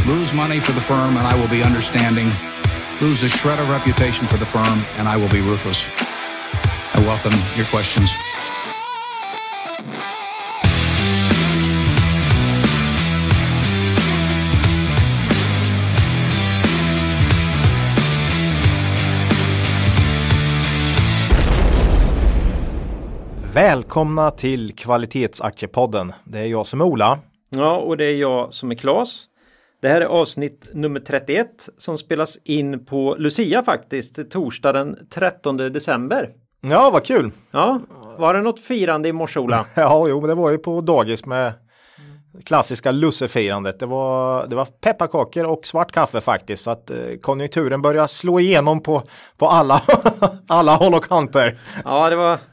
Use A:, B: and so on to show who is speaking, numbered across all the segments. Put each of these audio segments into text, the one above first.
A: Lose money for the firm and I will be understanding. Lose a shred of reputation for the firm and I will be ruthless. I welcome your questions.
B: Välkomna till Kvalitetsaktiepodden. Det är jag som är Ola.
C: Ja, och det är jag som är Claes. Det här är avsnitt nummer 31 som spelas in på Lucia faktiskt, torsdag den 13 december.
B: Ja, vad kul.
C: Ja, var det något firande i morse, Ola?
B: Ja, jo, det var ju på dagis med klassiska lussefirandet. Det var pepparkakor och svart kaffe faktiskt, så att konjunkturen börjar slå igenom på alla håll och kanter.
C: Ja, det var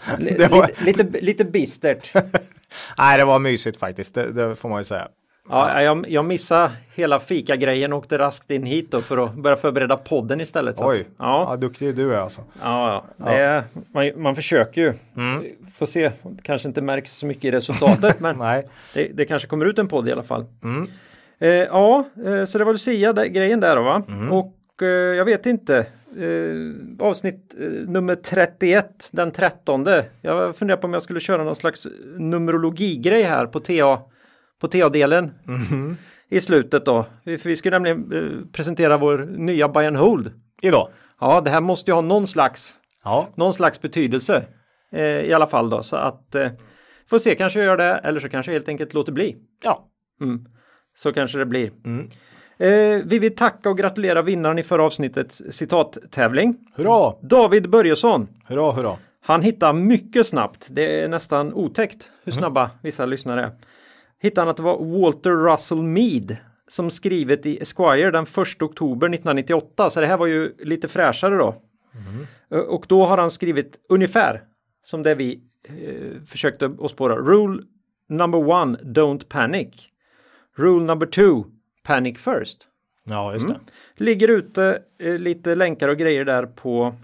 C: lite bistert.
B: Nej, det var mysigt faktiskt, det får man ju säga.
C: Ja, jag missade hela fika-grejen och åkte raskt in hit då för att börja förbereda podden istället. Så
B: oj, ja, duktig du är alltså.
C: Ja. Man försöker ju. Får se, det kanske inte märks så mycket i resultatet, men
B: nej.
C: Det kanske kommer ut en podd i alla fall. Så det var Lucia-grejen där då, va? Och jag vet inte, avsnitt nummer 31, den 13. Jag funderar på om jag skulle köra någon slags numerologigrej här på TA-delen i slutet då. För vi skulle nämligen presentera vår nya buy and hold
B: idag.
C: Ja, det här måste ju ha någon slags betydelse i alla fall då. Så att får se, kanske jag gör det eller så kanske jag helt enkelt låter bli.
B: Ja.
C: Så kanske det blir. Vi vill tacka och gratulera vinnaren i förra avsnittets citattävling.
B: Hurra!
C: David Börjesson.
B: Hurra!
C: Han hittar mycket snabbt. Det är nästan otäckt hur snabba vissa lyssnare är. Hittade han att det var Walter Russell Mead som skrivit i Esquire den 1 oktober 1998. Så det här var ju lite fräschare då. Och då har han skrivit ungefär som det vi försökte att spåra. Rule number 1, don't panic. Rule number 2, panic first.
B: Ja, just det.
C: Ligger ute lite länkar och grejer där på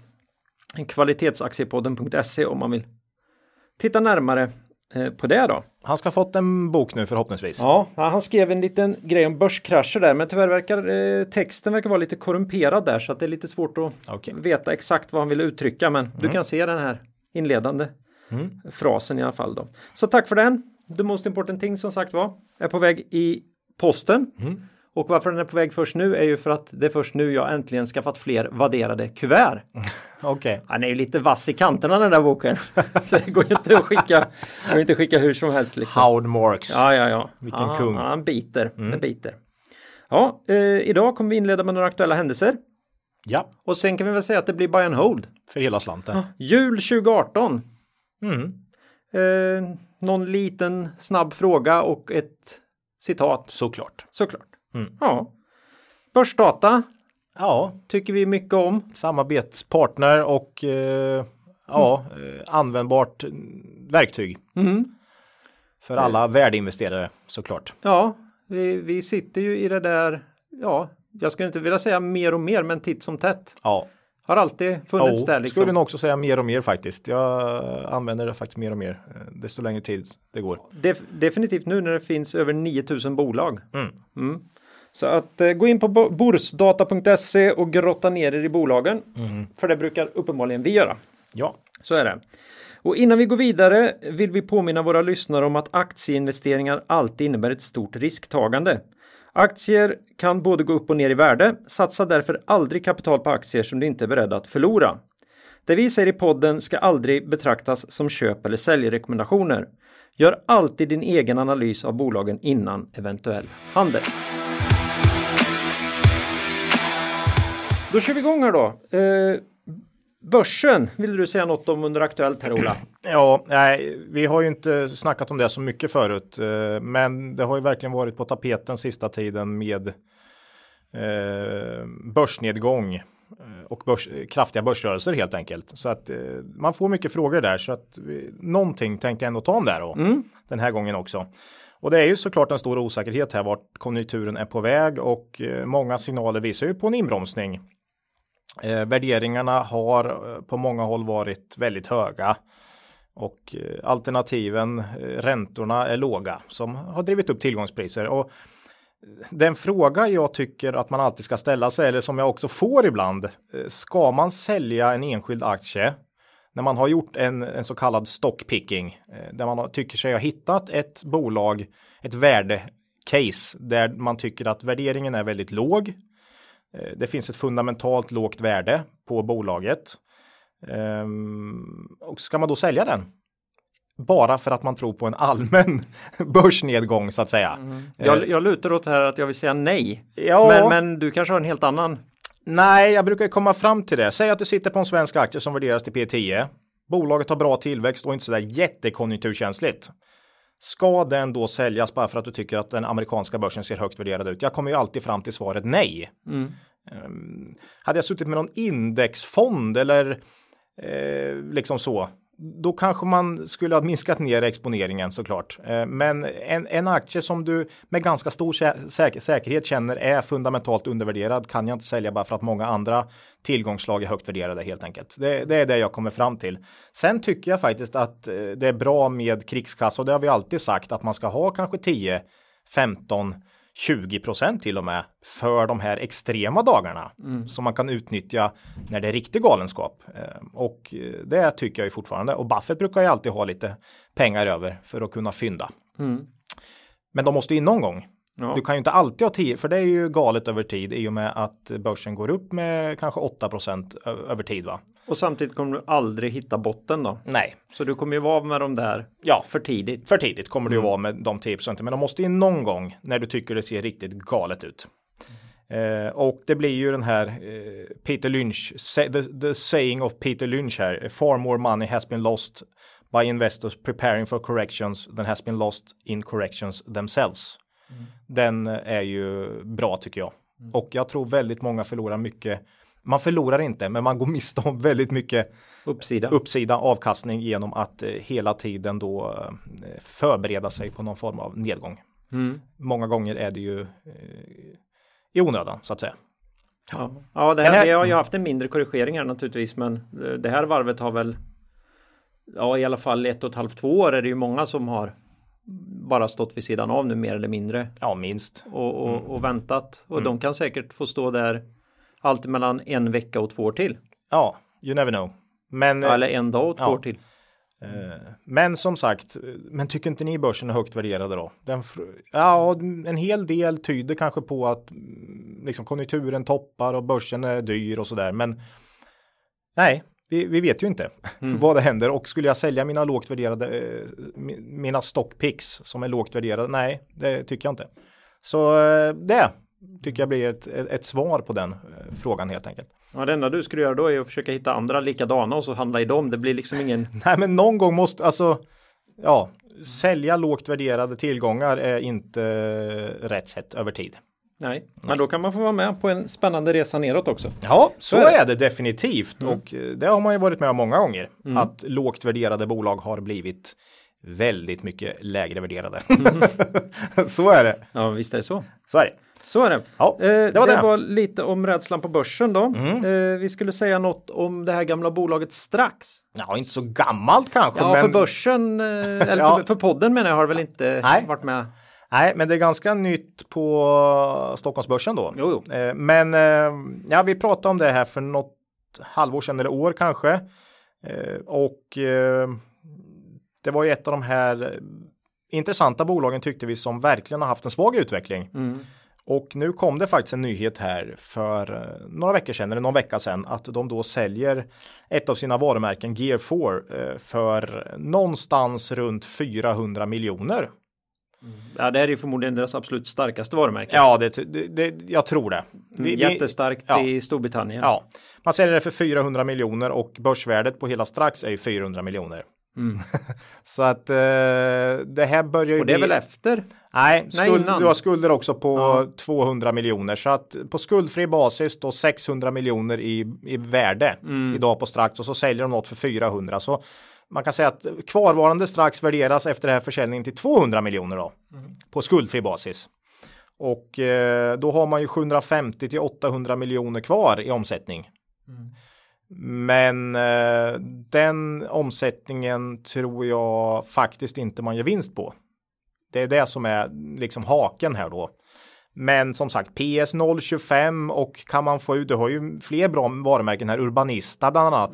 C: kvalitetsaktiepodden.se om man vill titta närmare på det då.
B: Han ska ha fått en bok nu förhoppningsvis.
C: Ja, han skrev en liten grej om börskrascher där, men tyvärr verkar texten vara lite korrumperad där, så att det är lite svårt att veta exakt vad han vill uttrycka, men du kan se den här inledande frasen i alla fall då. Så tack för den. The most important thing som sagt är på väg i posten. Och varför den är på väg först nu är ju för att det är först nu jag äntligen skaffat fler vadderade kuvert.
B: Okej.
C: Han är ju lite vass i kanterna den där boken. Så det går ju inte att skicka hur som helst. Liksom.
B: Howard Marks.
C: Ja.
B: Vilken kung.
C: Han biter. Det biter. Ja, idag kommer vi inleda med några aktuella händelser.
B: Ja.
C: Och sen kan vi väl säga att det blir buy and hold.
B: För hela slanten.
C: Ja, jul 2018. Någon liten snabb fråga och ett citat.
B: Såklart.
C: Ja. Börsdata.
B: Ja.
C: Tycker vi mycket om.
B: Samarbetspartner och användbart verktyg. För alla värdeinvesterare såklart.
C: Ja, vi sitter ju i det där, jag skulle inte vilja säga mer och mer, men titt som tätt.
B: Ja.
C: Har alltid funnits där liksom.
B: Skulle nog också säga mer och mer faktiskt. Jag använder det faktiskt mer och mer. Desto längre tid det går.
C: Definitivt nu när det finns över 9000 bolag. Så att gå in på borsdata.se och grotta ner er i bolagen. För det brukar uppenbarligen vi göra.
B: Ja.
C: Så är det. Och innan vi går vidare vill vi påminna våra lyssnare om att aktieinvesteringar alltid innebär ett stort risktagande. Aktier kan både gå upp och ner i värde. Satsa därför aldrig kapital på aktier som du inte är beredd att förlora. Det vi säger i podden ska aldrig betraktas som köp- eller säljrekommendationer. Gör alltid din egen analys av bolagen innan eventuell handel. Då kör vi igång här då. Börsen, vill du säga något om under Aktuellt här, Ola?
B: Ja, nej, vi har ju inte snackat om det så mycket förut, men det har ju verkligen varit på tapeten sista tiden med börsnedgång och kraftiga börsrörelser helt enkelt. Så att man får mycket frågor där, så att någonting tänkte jag ändå ta om där då, den här gången också. Och det är ju såklart en stor osäkerhet här vart konjunkturen är på väg, och många signaler visar ju på en inbromsning. Värderingarna har på många håll varit väldigt höga, och alternativen, räntorna är låga, som har drivit upp tillgångspriser. Och Den fråga jag tycker att man alltid ska ställa sig, eller som jag också får ibland, ska man sälja en enskild aktie när man har gjort en så kallad stockpicking, där man tycker sig ha hittat ett bolag, ett värdecase där man tycker att värderingen är väldigt låg. Det finns ett fundamentalt lågt värde på bolaget. Och ska man då sälja den? Bara för att man tror på en allmän börsnedgång så att säga.
C: Jag lutar åt här att jag vill säga nej.
B: Ja.
C: Men du kanske har en helt annan.
B: Nej, jag brukar komma fram till det. Säg att du sitter på en svensk aktie som värderas till P10. Bolaget har bra tillväxt och inte sådär jättekonjunkturkänsligt. Ska den då säljas bara för att du tycker att den amerikanska börsen ser högt värderad ut? Jag kommer ju alltid fram till svaret nej. Hade jag suttit med någon indexfond eller liksom så, då kanske man skulle ha minskat ner exponeringen såklart. Men en aktie som du med ganska stor säkerhet känner är fundamentalt undervärderad kan jag inte sälja bara för att många andra tillgångsslag är högt värderade helt enkelt. Det är det jag kommer fram till. Sen tycker jag faktiskt att det är bra med krigskassa och det har vi alltid sagt att man ska ha kanske 10, 15, 20% till och med för de här extrema dagarna som man kan utnyttja när det är riktig galenskap. Och det tycker jag ju fortfarande. Och Buffett brukar ju alltid ha lite pengar över för att kunna fynda. Men de måste in någon gång. Ja. Du kan ju inte alltid ha 10, för det är ju galet över tid i och med att börsen går upp med kanske 8% över tid va.
C: Och samtidigt kommer du aldrig hitta botten då.
B: Nej.
C: Så du kommer ju vara med de där för tidigt.
B: För tidigt kommer du ju vara med de 10%. Men de måste in någon gång när du tycker det ser riktigt galet ut. Och det blir ju den här Peter Lynch, the saying of Peter Lynch här. Far more money has been lost by investors preparing for corrections than has been lost in corrections themselves. Den är ju bra tycker jag. Och jag tror väldigt många förlorar mycket. Man förlorar inte, men man går miste om väldigt mycket uppsida avkastning genom att hela tiden då förbereda sig på någon form av nedgång. Många gånger är det ju i onödan så att säga.
C: Ja, det här, vi har ju haft en mindre korrigeringar naturligtvis, men det här varvet har väl i alla fall 1,5-2 år är det ju många som har bara stått vid sidan av nu mer eller mindre.
B: Ja, minst.
C: Och väntat. Och de kan säkert få stå där allt mellan 1 vecka och 2 år till.
B: Ja, you never know. Men,
C: eller 1 dag och 2 år till.
B: Men som sagt, men tycker inte ni börsen är högt värderade då? En hel del tyder kanske på att liksom, konjunkturen toppar och börsen är dyr och sådär. Men nej, vi vet ju inte vad det händer. Och skulle jag sälja mina lågt värderade, mina stockpicks som är lågt värderade? Nej, det tycker jag inte. Så det tycker jag blir ett svar på den frågan helt enkelt.
C: Ja, det enda du skulle göra då är att försöka hitta andra likadana och så handla i dem. Det blir liksom ingen...
B: Nej, men någon gång måste, sälja lågt värderade tillgångar är inte rätt sätt över tid.
C: Nej, men då kan man få vara med på en spännande resa neråt också.
B: Ja, så är det definitivt. Och det har man ju varit med om många gånger. Att lågt värderade bolag har blivit väldigt mycket lägre värderade. Så är det.
C: Ja, visst är det så.
B: Så är det.
C: Så är det.
B: Ja, det
C: var lite om rädslan på börsen då. Vi skulle säga något om det här gamla bolaget strax.
B: Ja, inte så gammalt kanske.
C: Ja, men... för börsen, eller för podden menar jag, har väl inte varit med.
B: Nej, men det är ganska nytt på Stockholmsbörsen då.
C: Jo.
B: Men vi pratade om det här för något halvår sedan eller år kanske. Och det var ju ett av de här intressanta bolagen tyckte vi som verkligen har haft en svag utveckling. Och nu kom det faktiskt en nyhet här för några veckor sedan eller någon vecka sedan att de då säljer ett av sina varumärken Gear 4 för någonstans runt 400 miljoner.
C: Ja, det är ju förmodligen deras absolut starkaste varumärke.
B: Ja, jag tror det.
C: Jättestarkt i Storbritannien.
B: Ja, man säljer det för 400 miljoner och börsvärdet på hela strax är ju 400 miljoner. Så att det här börjar ju...
C: Och det är väl efter?
B: Nej, du har skulder också på 200 miljoner. Så att på skuldfri basis då 600 miljoner i värde idag på strax och så säljer de något för 400. Så man kan säga att kvarvarande strax värderas efter det här försäljningen till 200 miljoner då på skuldfri basis. Och då har man ju 750 till 800 miljoner kvar i omsättning. Men den omsättningen tror jag faktiskt inte man gör vinst på. Det är det som är liksom haken här då. Men som sagt, PS 025 och kan man få ut, du har ju fler bra varumärken här, Urbanista bland annat.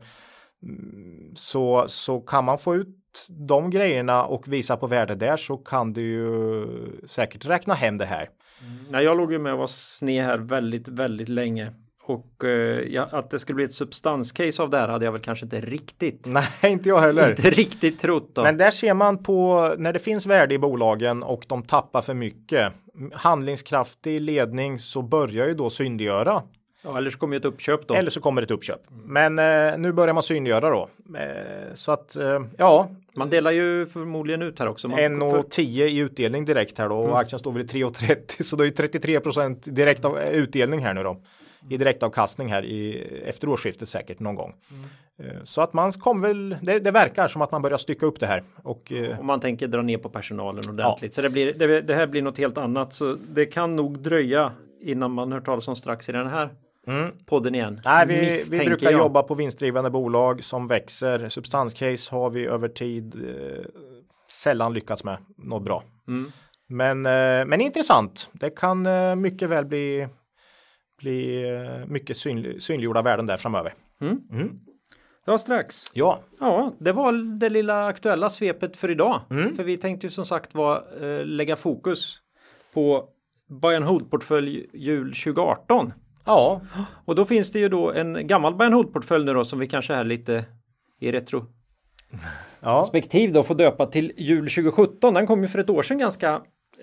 B: Så kan man få ut de grejerna och visa på värde där, så kan du ju säkert räkna hem det här.
C: Nej, jag låg ju med och var sned här väldigt, väldigt länge. Och att det skulle bli ett substanscase av det här hade jag väl kanske inte riktigt.
B: Nej, inte jag heller.
C: Inte riktigt trott då.
B: Men där ser man på när det finns värde i bolagen och de tappar för mycket. Handlingskraftig ledning, så börjar ju då synliggöra.
C: Ja, eller så kommer ett uppköp då.
B: Eller så kommer ett uppköp. Men nu börjar man synliggöra då. Så att, ja.
C: Man delar ju förmodligen ut här också.
B: 1,10 i utdelning direkt här då. Och aktien står väl i 3,30. Så det är ju 33% direkt av utdelning här nu då. I direktavkastning här efter årsskiftet säkert någon gång. Så att man kommer väl, det verkar som att man börjar stycka upp det här. Och
C: man tänker dra ner på personalen ordentligt. Så det här blir något helt annat. Så det kan nog dröja innan man hör talas om strax i den här podden igen.
B: Nej, vi brukar jobba på vinstdrivande bolag som växer. Substanscase har vi över tid sällan lyckats med något bra. Men intressant. Det kan mycket väl bli mycket synliggjorda värden där framöver.
C: Ja, strax.
B: Ja,
C: det var det lilla aktuella svepet för idag. För vi tänkte ju som sagt lägga fokus på buy and hold-portfölj jul 2018.
B: Ja.
C: Och då finns det ju då en gammal buy and hold-portfölj nu då som vi kanske är lite i retro. Perspektiv då får döpa till jul 2017. Den kom ju för ett år sedan ganska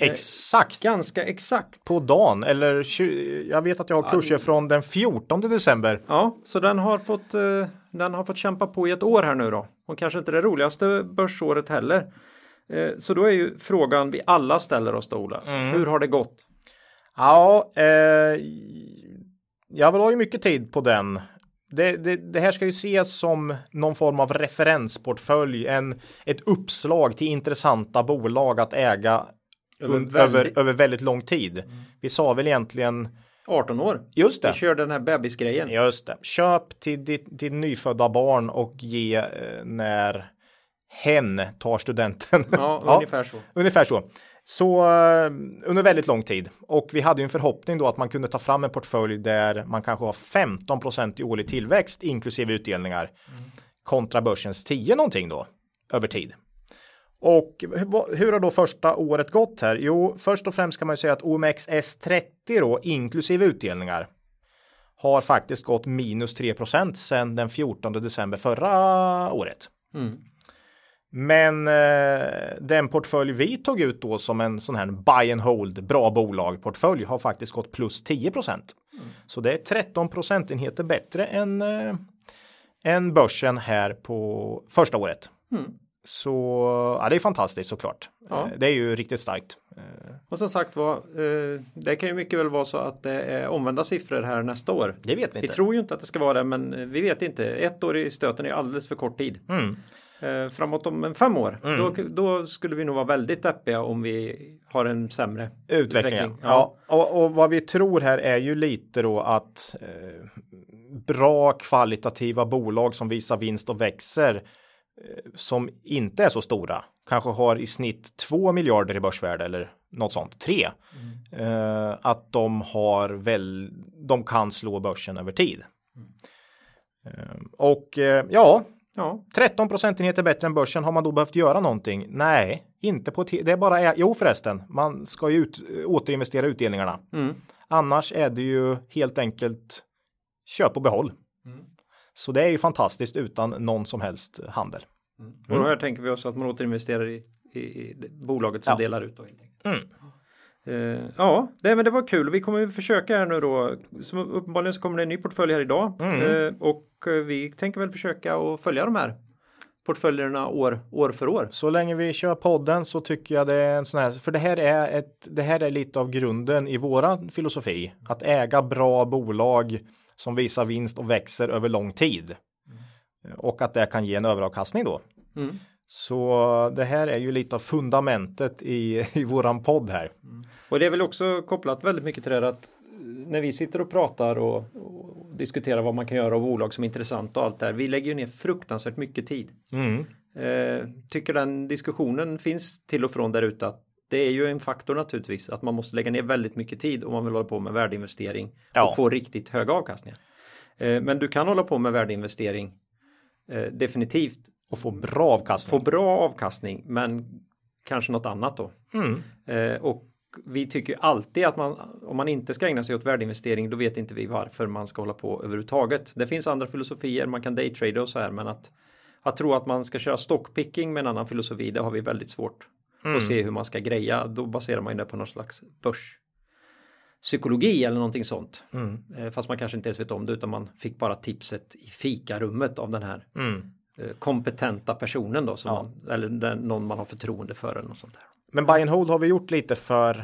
C: exakt
B: på dagen, eller jag vet att jag har kurser från den 14 december.
C: Ja, så den har fått kämpa på i ett år här nu då. Och kanske inte det roligaste börsåret heller. Så då är ju frågan vi alla ställer oss då, Ola. Hur har det gått?
B: Ja, jag vill ha ju mycket tid på den. Det här ska ju ses som någon form av referensportfölj, ett uppslag till intressanta bolag att äga över väldigt lång tid. Vi sa väl egentligen
C: 18 år.
B: Just det.
C: Vi kör den här bebisgrejen.
B: Just det. Köp till ditt nyfödda barn och ge när hen tar studenten.
C: Ja, ungefär så.
B: Ungefär så. Så under väldigt lång tid. Och vi hade ju en förhoppning då att man kunde ta fram en portfölj där man kanske har 15% i årlig tillväxt inklusive utdelningar kontra börsens 10 någonting då över tid. Och hur har då första året gått här? Jo, först och främst kan man ju säga att OMXS30 då inklusive utdelningar har faktiskt gått minus 3% sedan den 14 december förra året. Men den portfölj vi tog ut då som en sån här buy and hold bra bolag portfölj har faktiskt gått plus 10%. Så det är 13 procentenheter bättre än börsen här på första året. Så ja, det är fantastiskt såklart.
C: Ja.
B: Det är ju riktigt starkt.
C: Och som sagt det kan ju mycket väl vara så att det är omvända siffror här nästa år.
B: Det vet vi inte.
C: Vi tror ju inte att det ska vara det, men vi vet inte. Ett år i stöten är alldeles för kort tid. Framåt om 5 år. Då skulle vi nog vara väldigt deppiga om vi har en sämre utveckling.
B: Ja. Och vad vi tror här är ju lite då att bra kvalitativa bolag som visar vinst och växer som inte är så stora, kanske har i snitt 2 miljarder i börsvärde eller något sånt, 3. Att de kan slå börsen över tid. Och 13 procentenheter bättre än börsen. Har man då behövt göra någonting? Nej, inte på det är bara, jo förresten, man ska ju återinvestera utdelningarna. Annars är det ju helt enkelt köp och behåll. Så det är ju fantastiskt utan någon som helst handel.
C: Och då här tänker vi oss att man återinvesterar i bolaget som delar ut. Då, men det var kul. Vi kommer att försöka här nu då. Som uppenbarligen så kommer det en ny portfölj här idag. Och vi tänker väl försöka att följa de här portföljerna år för år.
B: Så länge vi kör podden så tycker jag det är en sån här, för det här är lite av grunden i våra filosofi. Att äga bra bolag som visar vinst och växer över lång tid. Och att det kan ge en överavkastning då. Så det här är ju lite av fundamentet i våran podd här.
C: Och det är väl också kopplat väldigt mycket till det att när vi sitter och pratar och diskuterar vad man kan göra av bolag som är intressant och allt där. Vi lägger ju ner fruktansvärt mycket tid. Tycker den diskussionen finns till och från där ute att det är ju en faktor naturligtvis att man måste lägga ner väldigt mycket tid om man vill hålla på med värdeinvestering
B: Ja.
C: och få riktigt höga avkastningar. Men du kan hålla på med värdeinvestering definitivt.
B: Och få bra avkastning.
C: Få bra avkastning, men kanske något annat då. Och vi tycker alltid att om man inte ska ägna sig åt värdeinvestering, då vet inte vi varför man ska hålla på överhuvudtaget. Det finns andra filosofier, man kan daytrada och så här, men att tro att man ska köra stockpicking med en annan filosofi, det har vi väldigt svårt att se hur man ska greja. Då baserar man ju det på någon slags börspsykologi eller någonting sånt. Fast man kanske inte ens vet om det, utan man fick bara tipset i fikarummet av den här kompetenta personen då, eller någon man har förtroende för eller något sånt där.
B: Men buy and hold har vi gjort lite för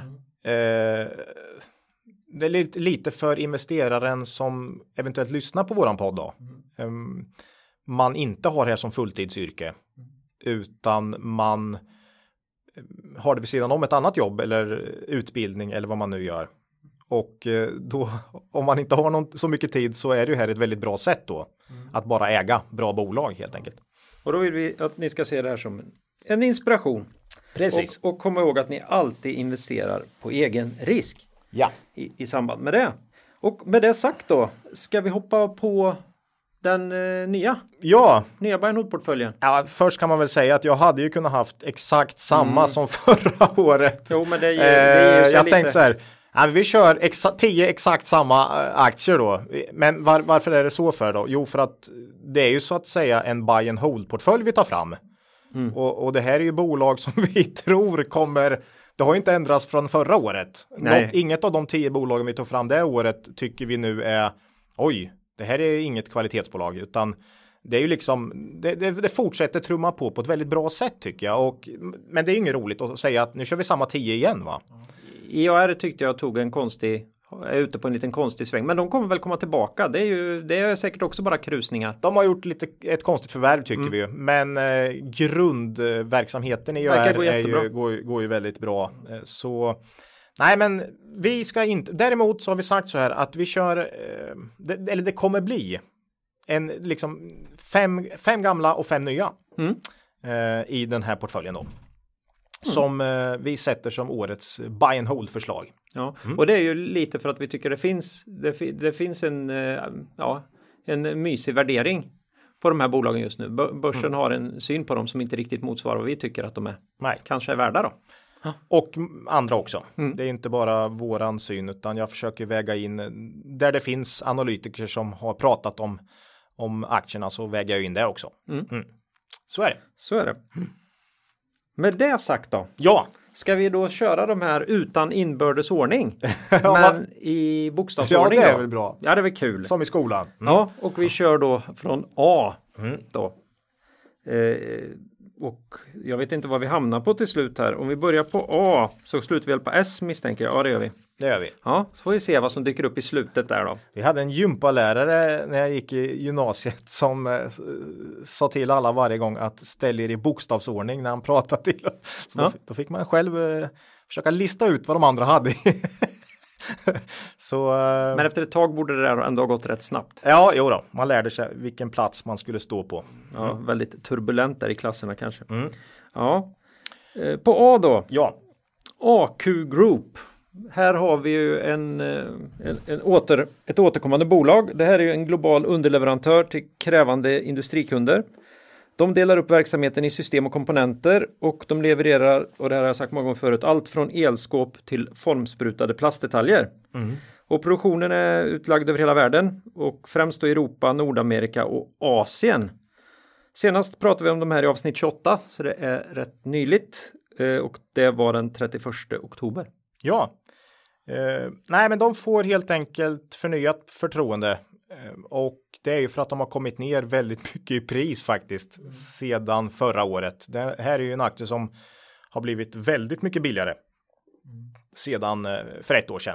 B: det är lite för investeraren som eventuellt lyssnar på våran podd då. Man inte har det här som fulltidsyrke, utan man har det vid sidan om ett annat jobb eller utbildning eller vad man nu gör. Och då, om man inte har så mycket tid, så är det ju här ett väldigt bra sätt då att bara äga bra bolag helt enkelt.
C: Och då vill vi att ni ska se det här som en inspiration.
B: Precis.
C: Och komma ihåg att ni alltid investerar på egen risk.
B: Ja.
C: I samband med det. Och med det sagt då, ska vi hoppa på den nya buy and hold-portföljen.
B: Ja, först kan man väl säga att jag hade ju kunnat haft exakt samma som förra året.
C: Jo, men det ger
B: jag tänkte så här, vi kör 10 exakt samma aktier då. Men varför är det så för då? Jo, för att det är ju så att säga en buy and hold-portfölj vi tar fram. Och det här är ju bolag som vi tror kommer, det har ju inte ändrats från förra året. Inget av de 10 bolagen vi tog fram det året tycker vi nu är, det här är inget kvalitetsbolag, utan det är ju liksom, det fortsätter trumma på ett väldigt bra sätt tycker jag. Men det är inget roligt att säga att nu kör vi samma 10 igen va?
C: IAR tyckte jag tog är ute på en liten konstig sväng, men de kommer väl komma tillbaka. Det är säkert också bara krusningar.
B: De har gjort ett konstigt förvärv tycker vi ju, men grundverksamheten i IAR går ju väldigt bra. Så nej, men vi ska inte, däremot så har vi sagt så här att vi kör, det kommer bli en liksom 5 gamla och 5 nya i den här portföljen då. Som vi sätter som årets buy and hold förslag.
C: Ja, och det är ju lite för att vi tycker det finns en mysig värdering på de här bolagen just nu. Börsen har en syn på dem som inte riktigt motsvarar vad vi tycker att de är. Kanske är värda då.
B: Och andra också. Det är inte bara våran syn, utan jag försöker väga in där det finns analytiker som har pratat om aktierna, så väger jag in det också. Så är det.
C: Med det sagt då.
B: Ja.
C: Ska vi då köra de här utan inbördes ordning? Men i bokstavsordning.
B: Ja, det är väl bra.
C: Ja, det är väl kul.
B: Som i skolan.
C: Ja, och vi kör då från A då. Och jag vet inte vad vi hamnar på till slut här. Om vi börjar på A så slutar vi väl på S, misstänker jag. Ja, det gör vi.
B: Det gör vi.
C: Ja, så får vi se vad som dyker upp i slutet där då.
B: Vi hade en gympalärare när jag gick i gymnasiet som sa till alla varje gång att ställ er i bokstavsordning när han pratade till. Så då fick man själv försöka lista ut vad de andra hade. Så,
C: men efter ett tag borde det där ändå ha gått rätt snabbt.
B: Ja, jo då. Man lärde sig vilken plats man skulle stå på.
C: Ja, väldigt turbulent där i klasserna kanske. Ja. På A då.
B: Ja.
C: AQ Group. Här har vi ju ett återkommande bolag. Det här är ju en global underleverantör till krävande industrikunder. De delar upp verksamheten i system och komponenter och de levererar, och det här har jag sagt många gånger förut, allt från elskåp till formsprutade plastdetaljer. Och produktionen är utlagd över hela världen och främst då Europa, Nordamerika och Asien. Senast pratade vi om de här i avsnitt 28, så det är rätt nyligt och det var den 31 oktober.
B: Ja, nej men de får helt enkelt förnyat förtroende. Och det är ju för att de har kommit ner väldigt mycket i pris faktiskt sedan förra året. Det här är ju en aktie som har blivit väldigt mycket billigare sedan för 1 år sedan.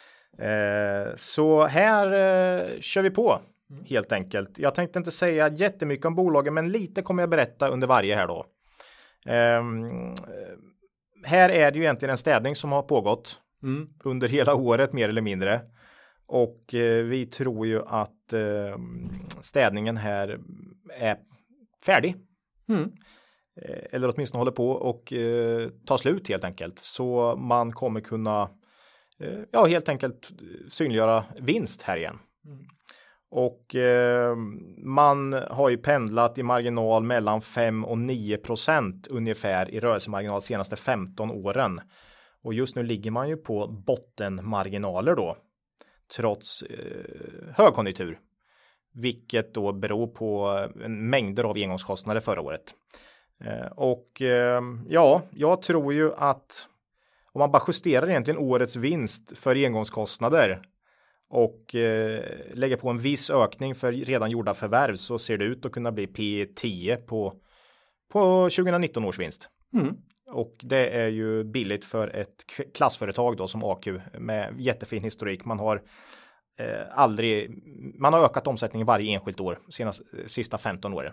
B: Så här kör vi på helt enkelt. Jag tänkte inte säga jättemycket om bolagen, men lite kommer jag berätta under varje här då. Här är det ju egentligen en städning som har pågått under hela året mer eller mindre. Och vi tror ju att städningen här är färdig. eller åtminstone håller på och ta slut helt enkelt. Så man kommer kunna helt enkelt synliggöra vinst här igen. Och man har ju pendlat i marginal mellan 5 och 9% ungefär i rörelsemarginal de senaste 15 åren. Och just nu ligger man ju på bottenmarginaler då, trots högkonjunktur. Vilket då beror på mängder av engångskostnader förra året. Jag tror ju att om man bara justerar egentligen årets vinst för engångskostnader och lägger på en viss ökning för redan gjorda förvärv, så ser det ut att kunna bli P10 på 2019 års vinst. Och det är ju billigt för ett klassföretag då som AQ med jättefin historik. Man har ökat omsättningen varje enskilt år sista 15 åren.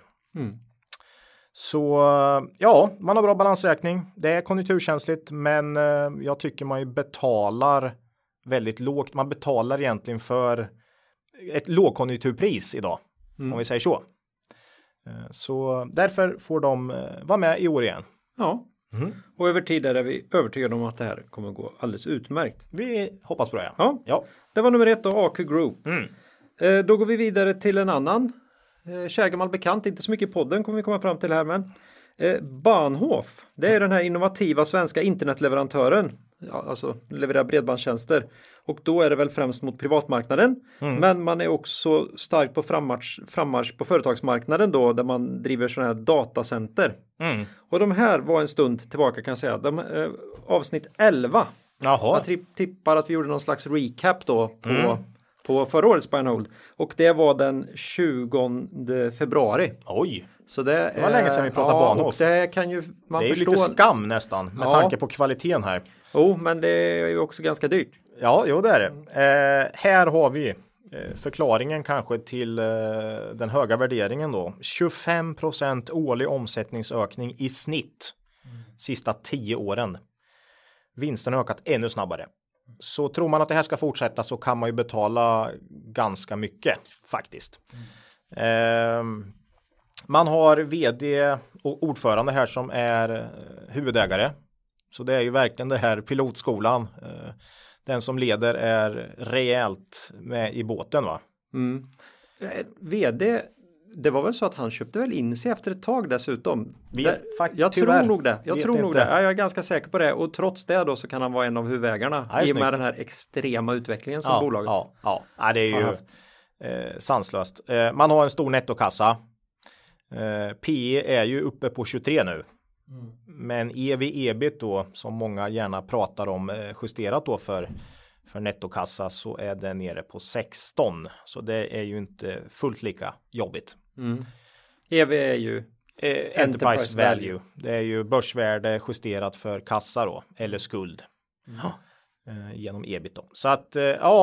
B: Så man har bra balansräkning. Det är konjunkturkänsligt, men jag tycker man ju betalar väldigt lågt. Man betalar egentligen för ett lågkonjunkturpris idag, om vi säger så. Så därför får de vara med i år igen.
C: Ja, och över tid är vi övertygade om att det här kommer gå alldeles utmärkt.
B: Vi hoppas på det.
C: Ja. Det var nummer 1 då, AQ Group. Då går vi vidare till en annan kär gammal bekant, inte så mycket i podden kommer vi komma fram till här, men Bahnhof, det är den här innovativa svenska internetleverantören, alltså levererar bredbandstjänster, och då är det väl främst mot privatmarknaden, men man är också starkt på frammarsch på företagsmarknaden då, där man driver sådana här datacenter. Och de här var en stund tillbaka, kan jag säga, avsnitt 11.
B: Jaha.
C: Jag tippar att vi gjorde någon slags recap då på förra årets Buy and Hold. Och det var den 20 februari.
B: Oj,
C: så det
B: var länge sedan vi pratade Bahnhof.
C: Det kan ju man
B: det är
C: förstå.
B: Lite skam nästan med tanke på kvaliteten här.
C: Men det är ju också ganska dyrt.
B: Ja, det är det. Här har vi förklaringen kanske till den höga värderingen då. 25% årlig omsättningsökning i snitt sista 10 åren. Vinsten har ökat ännu snabbare. Så tror man att det här ska fortsätta så kan man ju betala ganska mycket faktiskt. Man har vd och ordförande här som är huvudägare. Så det är ju verkligen det här pilotskolan. Den som leder är rejält med i båten, va?
C: Vd, det var väl så att han köpte väl in sig efter ett tag dessutom. Jag
B: tyvärr,
C: tror nog det. Jag är ganska säker på det. Och trots det då så kan han vara en av huvudägarna i och med den här extrema utvecklingen som bolaget.
B: Ja, det är ju sanslöst. Man har en stor nettokassa. PE är ju uppe på 23 nu. Men EV/EBIT då, som många gärna pratar om, justerat då för nettokassa, så är det nere på 16. Så det är ju inte fullt lika jobbigt.
C: EV är ju
B: Enterprise value. Det är ju börsvärde justerat för kassa då, eller skuld. Genom EBIT då. Så att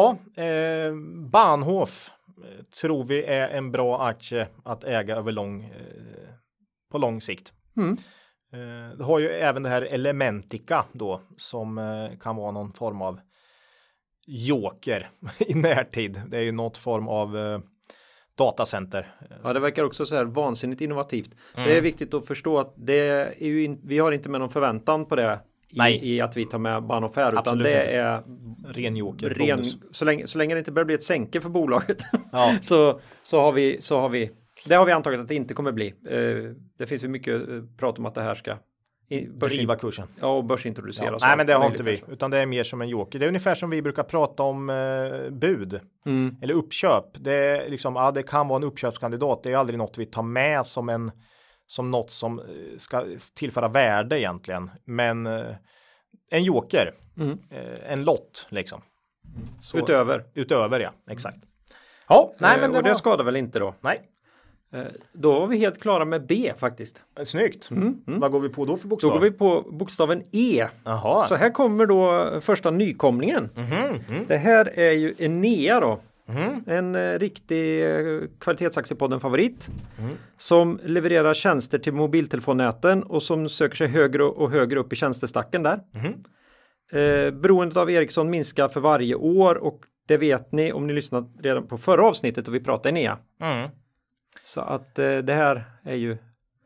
B: Bahnhof tror vi är en bra aktie att äga över på lång sikt. Det har ju även det här Elementica då, som kan vara någon form av joker i närtid. Det är ju något form av datacenter.
C: Ja, det verkar också så här vansinnigt innovativt. Det är viktigt att förstå att det är ju vi har inte med någon förväntan på det i att vi tar med Bahnhof här, utan det är
B: ren joker.
C: Så länge det inte börjar bli ett sänke för bolaget så har vi det har vi antagit att det inte kommer bli. Det finns ju mycket prat om att det här ska
B: driva kursen.
C: Ja, och börsintroduceras.
B: Nej, men det har inte vi. Utan det är mer som en joker. Det är ungefär som vi brukar prata om bud. Eller uppköp. Det är liksom, det kan vara en uppköpskandidat. Det är aldrig något vi tar med som något som ska tillföra värde egentligen. Men en joker. En lott liksom. Så, utöver, ja. Exakt. Ja, nej, men
C: det skadar väl inte då?
B: Nej.
C: Då var vi helt klara med B faktiskt.
B: Snyggt. Vad går vi på då för bokstav?
C: Då går vi på bokstaven E.
B: Aha.
C: Så här kommer då första nykomlingen. Det här är ju Enea då. En riktig kvalitetsaktiepodden-favorit. Som levererar tjänster till mobiltelefonnäten och som söker sig högre och högre upp i tjänstestacken där. Beroendet av Ericsson minskar för varje år, och det vet ni om ni lyssnat redan på förra avsnittet och vi pratade Enea. Så att det här är ju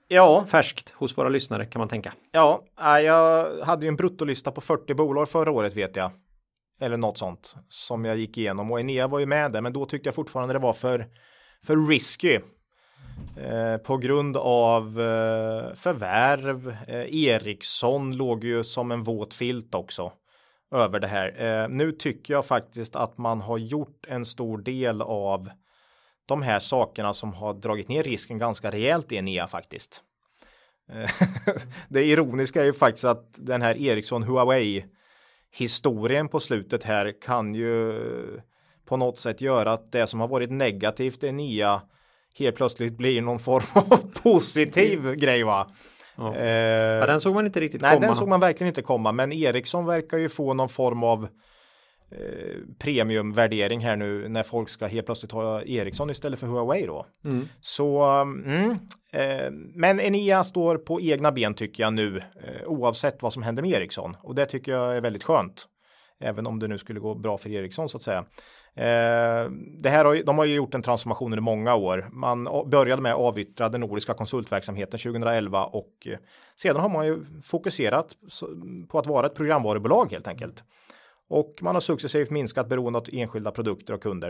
C: färskt hos våra lyssnare kan man tänka.
B: Ja, jag hade ju en bruttolista på 40 bolag förra året vet jag. Eller något sånt som jag gick igenom och Enea var ju med där men då tyckte jag fortfarande det var för risky. På grund av förvärv. Ericsson låg ju som en våt filt också över det här. Nu tycker jag faktiskt att man har gjort en stor del av de här sakerna som har dragit ner risken ganska rejält i Enea faktiskt. Det ironiska är ju faktiskt att den här Ericsson Huawei historien på slutet här kan ju på något sätt göra att det som har varit negativt i Enea helt plötsligt blir någon form av positiv grej va?
C: Ja. Den såg man inte riktigt
B: komma.
C: Nej,
B: den såg man verkligen inte komma. Men Ericsson verkar ju få någon form av premiumvärdering här nu när folk ska helt plötsligt ha Ericsson istället för Huawei då. Så men Enea står på egna ben tycker jag nu oavsett vad som händer med Ericsson och det tycker jag är väldigt skönt. Även om det nu skulle gå bra för Ericsson så att säga. De har ju gjort en transformation under många år. Man började med att avyttra den nordiska konsultverksamheten 2011 och sedan har man ju fokuserat på att vara ett programvarubolag helt enkelt. Och man har successivt minskat beroende av enskilda produkter och kunder.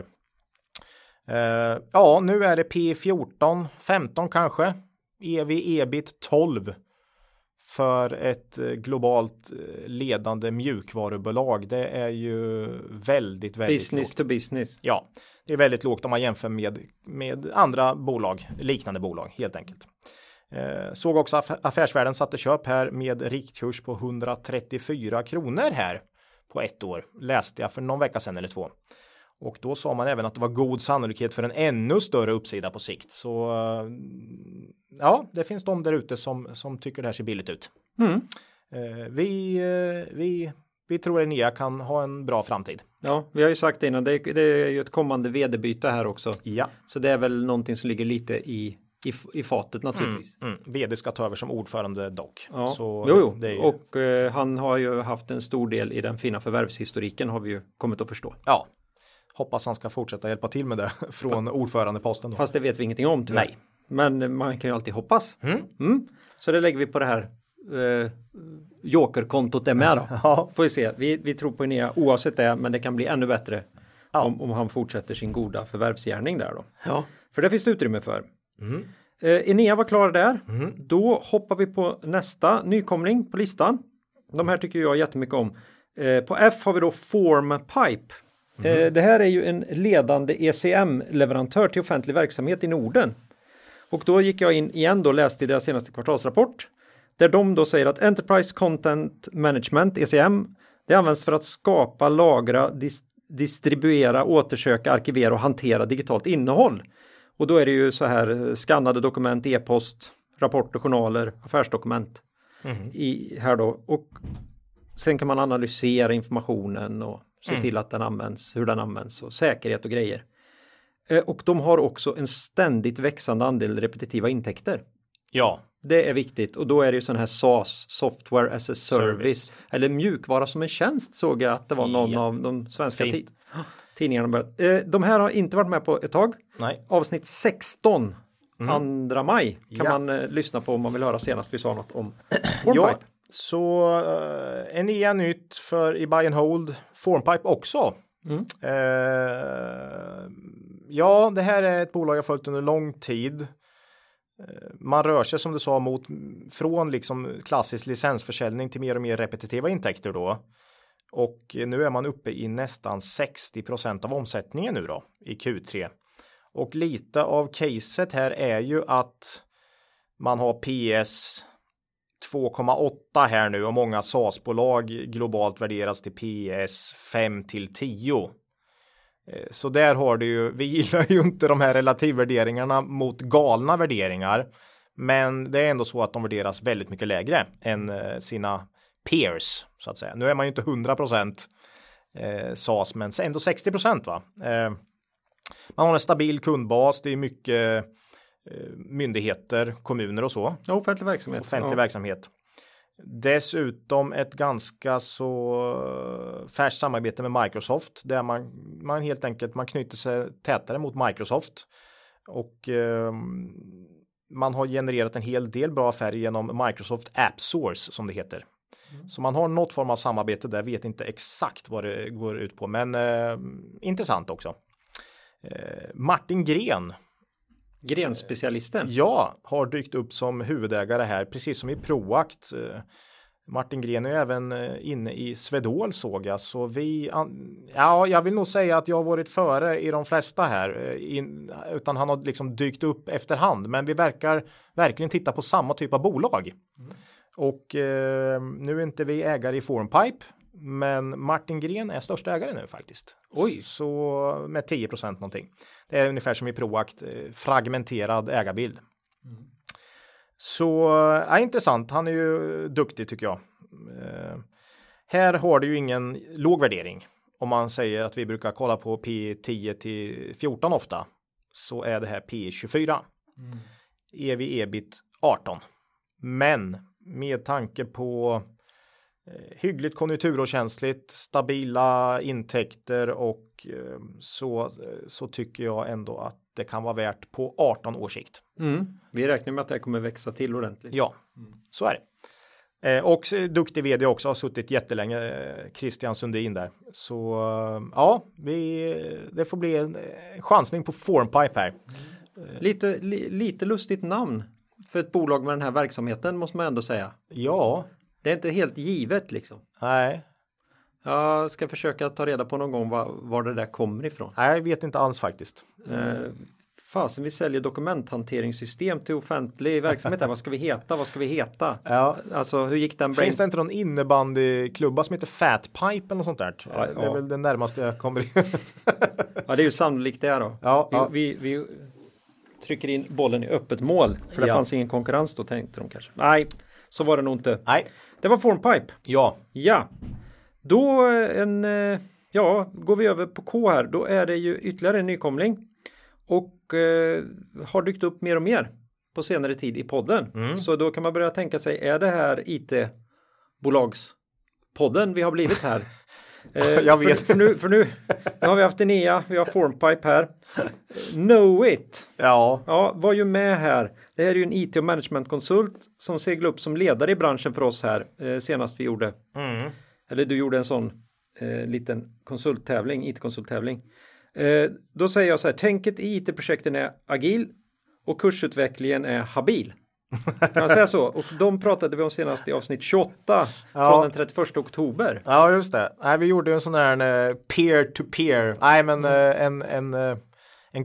B: Nu är det P14, 15 kanske. EV/EBIT 12 för ett globalt ledande mjukvarubolag. Det är ju väldigt
C: business
B: lågt.
C: To business.
B: Ja, det är väldigt lågt om man jämför med andra bolag, liknande bolag helt enkelt. Såg också Affärsvärlden satte köp här med riktkurs på 134 kronor här på ett år. Läste jag för någon vecka sedan eller två. Och då sa man även att det var god sannolikhet för en ännu större uppsida på sikt. Så ja, det finns de där ute som tycker det här ser billigt ut. Vi tror att Enea kan ha en bra framtid.
C: Ja, vi har ju sagt det innan. Det är ju ett kommande vd-byte här också.
B: Ja.
C: Så det är väl någonting som ligger lite i fatet naturligtvis.
B: Vd ska ta över som ordförande dock.
C: Ja.
B: Så
C: jo.
B: Det är ju...
C: Och han har ju haft en stor del i den fina förvärvshistoriken har vi ju kommit att förstå.
B: Ja. Hoppas han ska fortsätta hjälpa till med det från ordförandeposten. Då.
C: Fast det vet vi ingenting om tyvärr.
B: Nej.
C: Men man kan ju alltid hoppas. Så det lägger vi på det här jokerkontot det med då.
B: Ja.
C: Får vi se. Vi tror på Enea oavsett det. Men det kan bli ännu bättre om han fortsätter sin goda förvärvsgärning där då.
B: Ja.
C: För det finns det utrymme för. Enea var klara där. Då hoppar vi på nästa nykomling på listan. De här tycker jag jättemycket om. På F har vi då Formpipe. Det här är ju en ledande ECM-leverantör till offentlig verksamhet i Norden. Och då gick jag in igen och läste i deras senaste kvartalsrapport. Där de då säger att Enterprise Content Management, ECM, det används för att skapa, lagra, distribuera, återsöka, arkivera och hantera digitalt innehåll. Och då är det ju så här skannade dokument, e-post, rapporter, journaler, affärsdokument här då. Och sen kan man analysera informationen och se till att den används, hur den används och säkerhet och grejer. Och de har också en ständigt växande andel repetitiva intäkter.
B: Ja.
C: Det är viktigt och då är det ju sån här SaaS, Software as a Service. Eller mjukvara som en tjänst såg jag att det var någon av de svenska tidningarna. De här har inte varit med på ett tag.
B: Nej.
C: Avsnitt 16, 2 maj kan man lyssna på om man vill höra senast vi sa något om Formpipe.
B: Ja, så Enea nytt för i buy and hold. Formpipe också. Ja, det här är ett bolag jag följt under lång tid. Man rör sig som du sa från liksom klassisk licensförsäljning till mer och mer repetitiva intäkter då. Och nu är man uppe i nästan 60% av omsättningen nu då i Q3. Och lite av caset här är ju att man har PS 2,8 här nu och många SaaS-bolag globalt värderas till PS 5-10. Så där har du ju, vi gillar ju inte de här relativvärderingarna mot galna värderingar. Men det är ändå så att de värderas väldigt mycket lägre än sina peers så att säga. Nu är man ju inte 100% SaaS men ändå 60% va. Man har en stabil kundbas, det är mycket myndigheter, kommuner och så.
C: Ja, offentlig verksamhet.
B: Dessutom ett ganska så färskt samarbete med Microsoft där man helt enkelt knyter sig tätare mot Microsoft och man har genererat en hel del bra affärer genom Microsoft AppSource som det heter. Så man har något form av samarbete där, vet inte exakt vad det går ut på, men intressant också. Martin Gren.
C: Grenspecialisten.
B: Ja, har dykt upp som huvudägare här, precis som i Proact. Martin Gren är även inne i Swedol såg jag, så jag vill nog säga att jag har varit före i de flesta här, utan han har liksom dykt upp efterhand, men vi verkar verkligen titta på samma typ av bolag. Och nu är inte vi ägare i Formpipe, men Martin Gren är största ägare nu faktiskt.
C: Oj!
B: Så med 10% någonting. Det är ungefär som i Proact, fragmenterad ägarbild. Så intressant, han är ju duktig tycker jag. Här har det ju ingen låg värdering. Om man säger att vi brukar kolla på P10 till 14 ofta, så är det här P24. EV/EBIT 18. Men med tanke på hyggligt konjunkturokänsligt, stabila intäkter och så tycker jag ändå att det kan vara värt på 18 års sikt.
C: Vi räknar med att det kommer växa till ordentligt.
B: Ja, så är det. Och duktig vd också, har suttit jättelänge, Christian Sundin där. Så ja, det får bli en chansning på Formpipe här.
C: Lite lustigt namn för ett bolag med den här verksamheten måste man ändå säga.
B: Ja.
C: Det är inte helt givet liksom.
B: Nej.
C: Jag ska försöka ta reda på någon gång var det där kommer ifrån.
B: Nej, jag vet inte alls faktiskt.
C: Fasen, vi säljer dokumenthanteringssystem till offentlig verksamhet. Vad ska vi heta?
B: Ja.
C: Alltså, hur gick den?
B: Finns det inte någon innebandyklubba som heter Fatpipe eller något sånt där?
C: Ja.
B: Det är väl det närmaste jag kommer in.
C: Ja, det är ju sannolikt det då.
B: Ja.
C: Vi trycker in bollen i öppet mål. För det fanns ingen konkurrens då, tänkte de kanske. Nej, så var det nog inte.
B: Nej.
C: Det var Formpipe.
B: Ja.
C: Då går vi över på K här. Då är det ju ytterligare en nykomling. Och har dykt upp mer och mer på senare tid i podden. Så då kan man börja tänka sig, är det här IT-bolagspodden vi har blivit här?
B: Jag vet.
C: För nu har vi haft Enea, vi har Formpipe här. Knowit. Ja, var ju med här. Det här är ju en IT- och managementkonsult som seglar upp som ledare i branschen för oss här. Senast vi gjorde. Eller du gjorde en sån liten konsulttävling, IT-konsulttävling. Då säger jag så här, tänket i IT-projekten är agil och kursutvecklingen är habil. Kan man säga så? Och de pratade vi om senast i avsnitt 28 från den 31 oktober.
B: Ja, just det. Nej, vi gjorde en sån här peer-to-peer. Nej, men en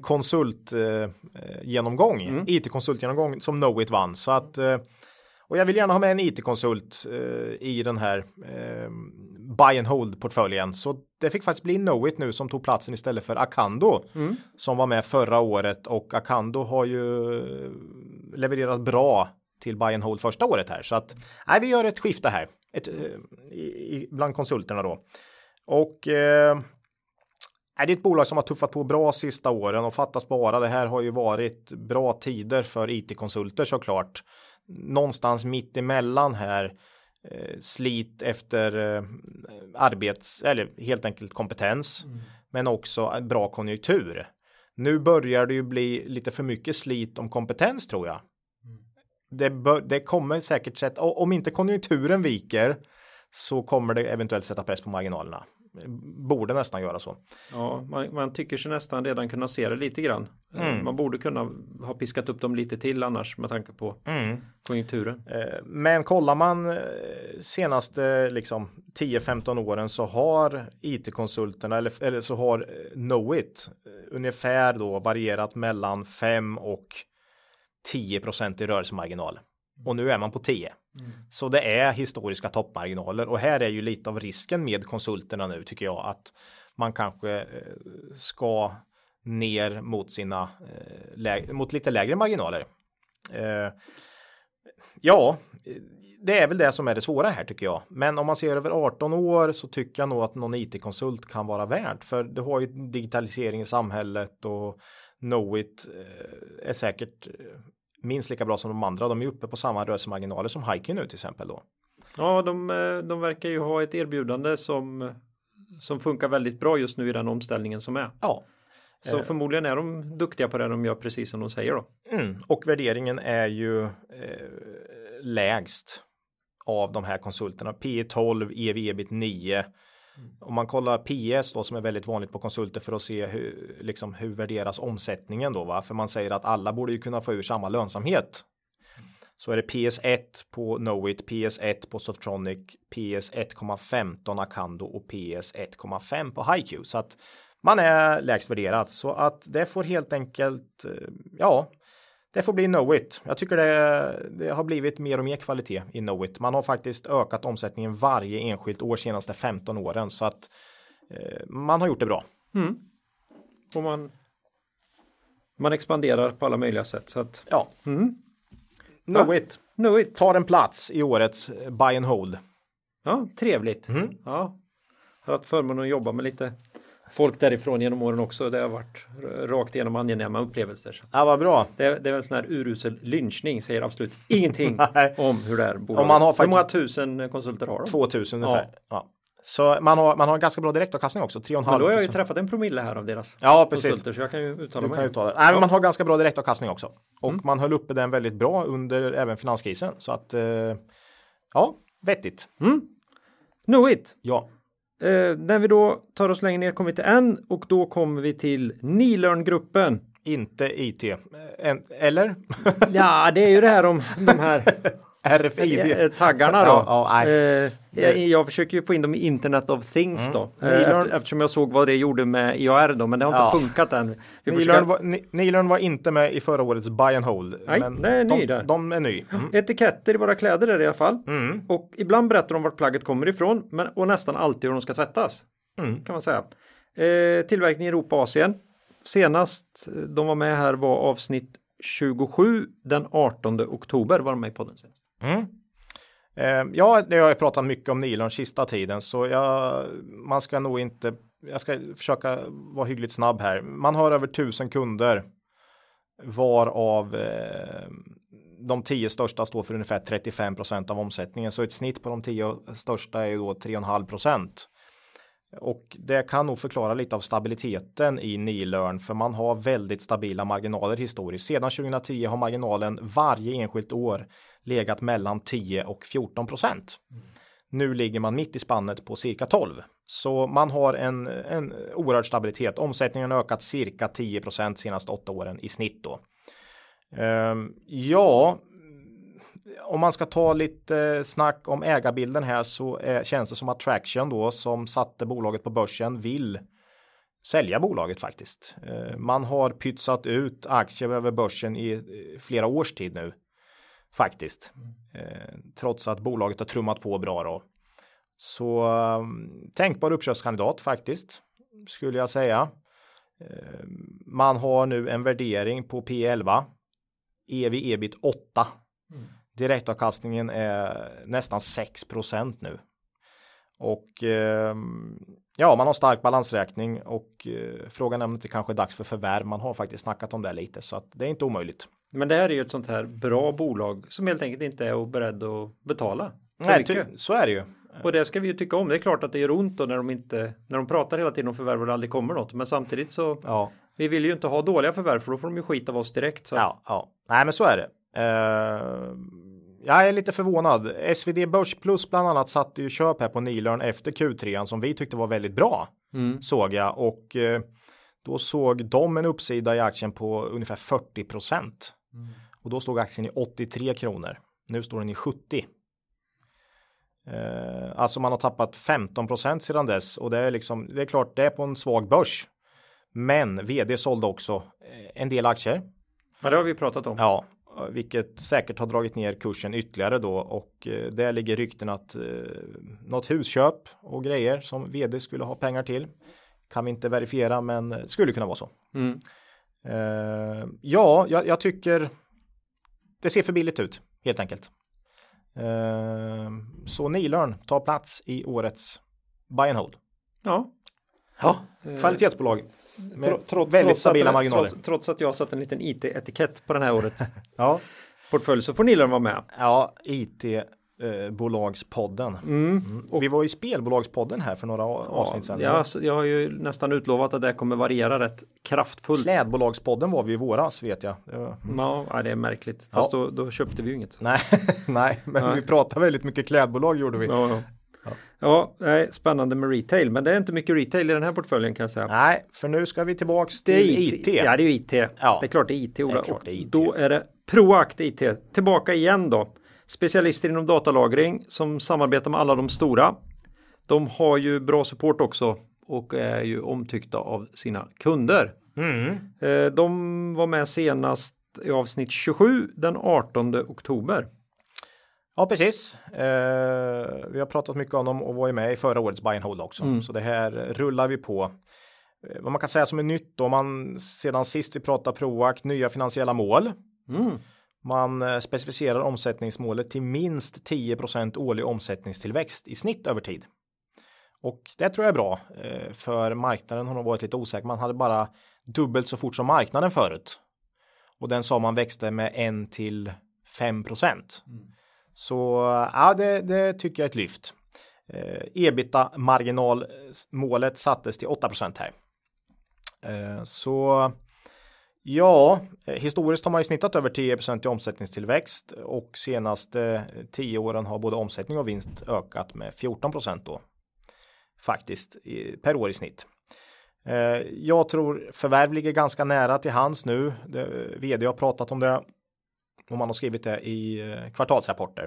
B: konsultgenomgång. IT-konsultgenomgång som Knowit vann. Så att, och jag vill gärna ha med en IT-konsult i den här buy and hold-portföljen. Så det fick faktiskt bli Knowit nu som tog platsen istället för Acando som var med förra året. Och Acando har ju levererat bra till buy and hold första året här. Så att vi gör ett skifte här bland konsulterna då. Och det är ett bolag som har tuffat på bra sista åren och fattas bara. Det här har ju varit bra tider för IT-konsulter såklart. Någonstans mitt emellan här slit efter eller helt enkelt kompetens, men också bra konjunktur. Nu börjar det ju bli lite för mycket slit om kompetens tror jag. Det kommer säkert sätta, om inte konjunkturen viker så kommer det eventuellt sätta press på marginalerna. Borde nästan göra så. Ja,
C: man tycker sig nästan redan kunna se det lite grann. Man borde kunna ha piskat upp dem lite till annars med tanke på konjunkturen.
B: Men kollar man senaste liksom 10-15 åren så har IT-konsulterna eller så har Knowit ungefär då varierat mellan 5 och 10% i rörelsemarginal. Och nu är man på 10. Så det är historiska toppmarginaler. Och här är ju lite av risken med konsulterna nu tycker jag. Att man kanske ska ner mot sina mot lite lägre marginaler. Det är väl det som är det svåra här tycker jag. Men om man ser över 18 år så tycker jag nog att någon IT-konsult kan vara värt. För det har ju digitalisering i samhället och Knowit är säkert minst lika bra som de andra. De är uppe på samma rörelsemarginaler som Haiku nu till exempel då.
C: Ja, de verkar ju ha ett erbjudande som funkar väldigt bra just nu i den omställningen som är.
B: Ja,
C: Så förmodligen är de duktiga på det de gör, precis som de säger då.
B: Och värderingen är ju lägst av de här konsulterna. P 12, EV/EBIT 9. Om man kollar PS då, som är väldigt vanligt på konsulter för att se hur värderas omsättningen då, va? För man säger att alla borde ju kunna få ur samma lönsamhet. Så är det PS1 på Knowit, PS1 på Softronic, PS 1,15 Acando och PS 1,5 på HiQ. Så att man är lägst värderad. Så att det får helt enkelt, det får bli Knowit. Jag tycker det har blivit mer och mer kvalitet i Knowit. Man har faktiskt ökat omsättningen varje enskilt år senaste 15 åren. Så att man har gjort det bra.
C: Och man expanderar på alla möjliga sätt. Så att,
B: ja. Knowit tar en plats i årets buy and hold.
C: Ja, trevligt. Ja. Jag har haft förmånen att jobba med lite folk därifrån genom åren också. Det har varit rakt igenom angenäma upplevelser. Så.
B: Ja, vad bra.
C: Det är väl en sån här urusel lynchning, säger absolut ingenting om hur det är bolaget.
B: Man har faktiskt...
C: Hur många tusen konsulter har de?
B: 2000 ungefär. Ja. Så man har en ganska bra direktavkastning också, 3,5%.
C: Men då har jag ju träffat en promille här av deras konsulter, så jag kan ju uttala mig.
B: Nej, men man har ganska bra direktavkastning också. Och man höll uppe den väldigt bra under även finanskrisen. Så att, vettigt.
C: Knowit.
B: Ja.
C: När vi då tar oss längre ner kommer vi till N och då kommer vi till Nilörn-gruppen.
B: Inte IT. Eller?
C: Ja, det är ju det här om de här
B: RFID.
C: taggarna då. Jag försöker ju få in dem i Internet of Things då. Eftersom jag såg vad det gjorde med IAR då, men det har inte funkat än.
B: Nilörn var inte med i förra årets buy and hold.
C: Nej,
B: men
C: det är ny där.
B: De är ny.
C: Etiketter i våra kläder är det i alla fall. Och ibland berättar de vart plagget kommer ifrån, och nästan alltid hur de ska tvättas. Kan man säga. Tillverkning i Europa och Asien. Senast de var med här var avsnitt 27 den 18 oktober var de med i podden senast.
B: Ja, det har jag pratat mycket om Nilörn sista tiden, så man ska nog inte, jag ska försöka vara hyggligt snabb här. Man har över 1000 kunder, varav de 10 största står för ungefär 35% av omsättningen, så ett snitt på de 10 största är ju då 3,5%. Och det kan nog förklara lite av stabiliteten i Nilörn, för man har väldigt stabila marginaler historiskt. Sedan 2010 har marginalen varje enskilt år legat mellan 10 och 14%. Nu ligger man mitt i spannet på cirka 12. Så man har en oerhörd stabilitet. Omsättningen har ökat cirka 10% senaste 8 åren i snitt då. Om man ska ta lite snack om ägarbilden här, så känns det som att Traction då, som satte bolaget på börsen, vill sälja bolaget faktiskt. Man har pytsat ut aktier över börsen i flera års tid nu faktiskt. Trots att bolaget har trummat på bra då. Så tänkbar uppköpskandidat faktiskt, skulle jag säga. Man har nu en värdering på P11, EV/EBIT 8. Direktavkastningen är nästan 6% nu. Och man har stark balansräkning, och frågan är om det kanske är dags för förvärv. Man har faktiskt snackat om det lite, så att det är inte omöjligt.
C: Men det här är ju ett sånt här bra bolag som helt enkelt inte är beredd att betala.
B: Nej, så är det ju.
C: Och det ska vi ju tycka om. Det är klart att det gör ont då när de pratar hela tiden om förvärv och det aldrig kommer något. Men samtidigt så vi vill ju inte ha dåliga förvärv, för då får de ju skit av oss direkt. Så.
B: Ja. Nej, men så är det. Jag är lite förvånad. SvD Börs Plus bland annat satte ju köp här på Nilörn efter Q3 som vi tyckte var väldigt bra, såg jag. Och då såg de en uppsida i aktien på ungefär 40%. Och då stod aktien i 83 kronor. Nu står den i 70. Alltså man har tappat 15% sedan dess, och det är klart, det är på en svag börs. Men vd sålde också en del aktier.
C: Ja, det har vi pratat om.
B: Ja, vilket säkert har dragit ner kursen ytterligare då, och där ligger rykten att något husköp och grejer som vd skulle ha pengar till. Kan vi inte verifiera, men skulle kunna vara så. Jag tycker det ser för billigt ut, helt enkelt. Så Nilörn tar plats i årets buy and hold. Ja, kvalitetsbolag med väldigt stabila marginaler.
C: Trots att jag har satt en liten IT-etikett på den här årets portfölj, så får Nilörn vara med.
B: Ja, IT Spelbolagspodden. Vi var i Spelbolagspodden här för några avsnitt sedan.
C: Jag har ju nästan utlovat att det kommer variera rätt kraftfullt.
B: Klädbolagspodden var vi i våras, vet jag.
C: Ja, det är märkligt. Fast då köpte vi ju inget.
B: Nej, men vi pratade väldigt mycket klädbolag gjorde vi.
C: Ja, spännande med retail, men det är inte mycket retail i den här portföljen kan jag säga.
B: Nej, för nu ska vi tillbaks till IT.
C: Ja, det är ju IT.
B: Ja.
C: Det är klart det är IT, Ola.
B: Det är klart det är IT.
C: Då är det Proact IT. Tillbaka igen då. Specialister inom datalagring som samarbetar med alla de stora. De har ju bra support också och är ju omtyckta av sina kunder. De var med senast i avsnitt 27 den 18 oktober.
B: Ja, precis. Vi har pratat mycket om dem och var ju med i förra årets Buy and Hold också. Så det här rullar vi på. Vad man kan säga som är nytt då, man sedan sist vi pratade Proact, nya finansiella mål. Man specificerar omsättningsmålet till minst 10% årlig omsättningstillväxt i snitt över tid. Och det tror jag är bra, för marknaden har nog varit lite osäker. Man hade bara dubbelt så fort som marknaden förut. Och den sa man växte med 1-5%. Så ja, det tycker jag är ett lyft. EBITDA-marginalmålet sattes till 8% här. Så ja, historiskt har man ju snittat över 10% i omsättningstillväxt och senaste 10 åren har både omsättning och vinst ökat med 14% då. Faktiskt per år i snitt. Jag tror förvärv ligger ganska nära till hands nu. VD har pratat om det och man har skrivit det i kvartalsrapporter.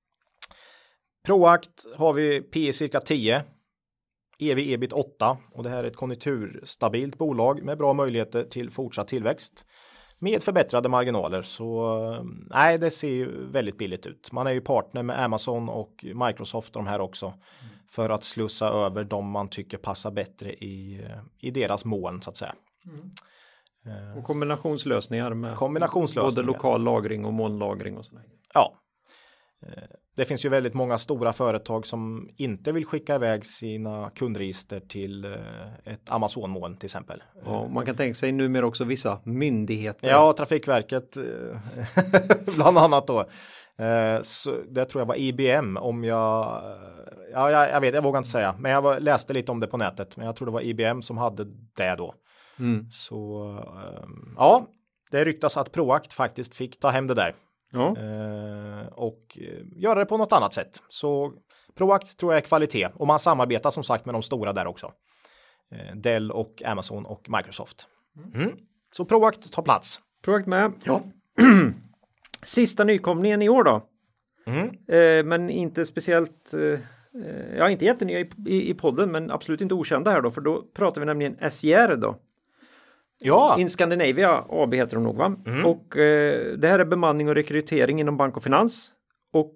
B: Proact har vi P cirka 10. EV/EBIT 8 och det här är ett konjunkturstabilt bolag med bra möjligheter till fortsatt tillväxt med förbättrade marginaler. Så nej, det ser ju väldigt billigt ut. Man är ju partner med Amazon och Microsoft och de här också för att slussa över de man tycker passar bättre i deras moln så att säga.
C: Och kombinationslösningar med
B: både
C: lokal lagring och molnlagring och sådär.
B: Ja. Det finns ju väldigt många stora företag som inte vill skicka iväg sina kundregister till ett Amazon-moln till exempel.
C: Ja, man kan tänka sig numera också vissa myndigheter.
B: Ja, Trafikverket bland annat då. Så det tror jag var IBM om jag vet, jag vågar inte säga. Men jag läste lite om det på nätet. Men jag tror det var IBM som hade det då. Så ja, det ryktas att Proact faktiskt fick ta hem det där.
C: Ja.
B: Och göra det på något annat sätt. Så Proact tror jag är kvalitet. Och man samarbetar som sagt med de stora där också. Dell och Amazon och Microsoft. Så Proact tar plats.
C: Proact med.
B: Ja.
C: Sista nykomlingen i år då. Men inte speciellt, inte jättenya i podden, men absolut inte okända här då. För då pratar vi nämligen SJR då.
B: Ja.
C: In Scandinavia AB heter de nog va? Och det här är bemanning och rekrytering inom bank och finans. Och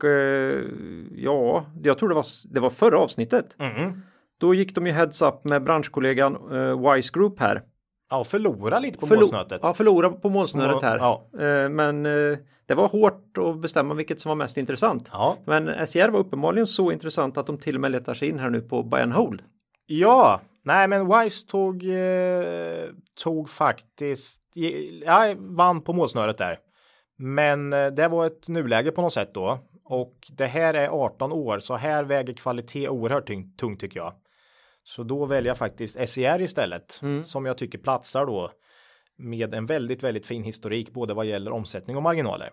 C: jag tror det var förra avsnittet. Då gick de ju heads up med branschkollegan Wise Group här.
B: Ja, förlora lite på målsnöret.
C: Ja, förlora på målsnöret här.
B: Ja.
C: Men det var hårt att bestämma vilket som var mest intressant.
B: Ja.
C: Men SJR var uppenbarligen så intressant att de till och med letar sig in här nu på Buy and Hold.
B: Ja, nej men Wise tog faktiskt, vann på målsnöret där. Men det var ett nuläge på något sätt då. Och det här är 18 år, så här väger kvalitet oerhört tungt tycker jag. Så då väljer jag faktiskt SJR istället, som jag tycker platsar då med en väldigt, väldigt fin historik både vad gäller omsättning och marginaler.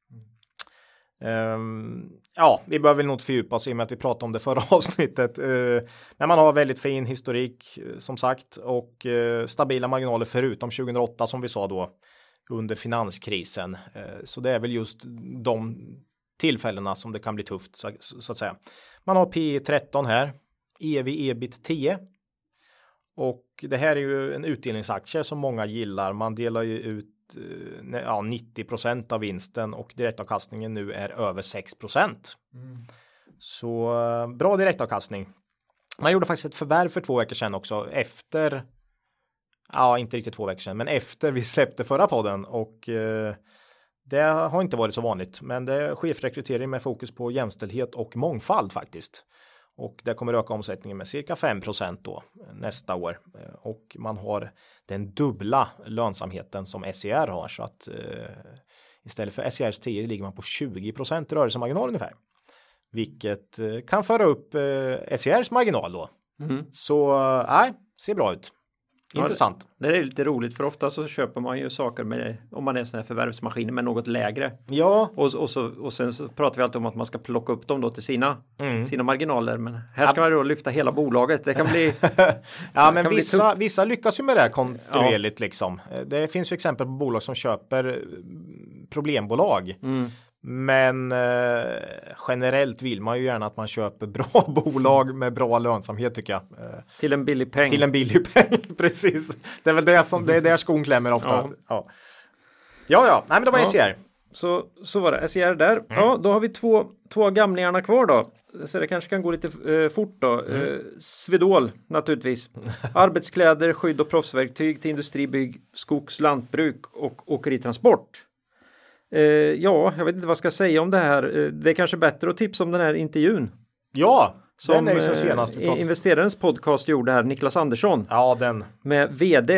B: Vi behöver nog inte fördjupa oss i och med att vi pratade om det förra avsnittet. Men man har väldigt fin historik som sagt och stabila marginaler förutom 2008 som vi sa då under finanskrisen. Så det är väl just de tillfällena som det kan bli tufft så att säga. Man har P 13 här, EV/EBIT 10 och det här är ju en utdelningsaktie som många gillar. Man delar ju ut 90% av vinsten och direktavkastningen nu är över 6%. Så bra direktavkastning. Man gjorde faktiskt ett förvärv för 2 veckor sedan också efter, inte riktigt 2 veckor sedan, men efter vi släppte förra podden och det har inte varit så vanligt, men det är chefrekrytering med fokus på jämställdhet och mångfald faktiskt. Och det kommer öka omsättningen med cirka 5% då nästa år. Och man har den dubbla lönsamheten som SCR har. Så att istället för SCRs 10 ligger man på 20% rörelsemarginal ungefär. Vilket kan föra upp SCRs marginal då. Så nej, ser bra ut. Intressant.
C: Ja, det är lite roligt för ofta så köper man ju saker med, om man är sån här förvärvsmaskiner med något lägre.
B: Ja.
C: Och sen så pratar vi alltid om att man ska plocka upp dem då till sina marginaler. Men här ska man då lyfta hela bolaget. Det kan bli...
B: ja, men vissa lyckas ju med det här kontinuerligt liksom. Det finns ju exempel på bolag som köper problembolag. Men generellt vill man ju gärna att man köper bra bolag med bra lönsamhet tycker jag.
C: Till en billig peng.
B: Till en billig peng, precis. Det är väl det är där skon klämmer ofta. Ja. Nej, men det var SCR.
C: Så var det. SCR där. Ja, då har vi två gamlingarna kvar då. Så det kanske kan gå lite fort då. Swedol naturligtvis. Arbetskläder, skydd och proffsverktyg till industribygg, skogs, lantbruk och åkeritransport. Ja, jag vet inte vad jag ska säga om det här. Det är kanske bättre att tipsa om den här intervjun.
B: Ja,
C: som
B: den är ju sen senast
C: investerarens podcast gjorde här, Niklas Andersson.
B: Ja, den.
C: Med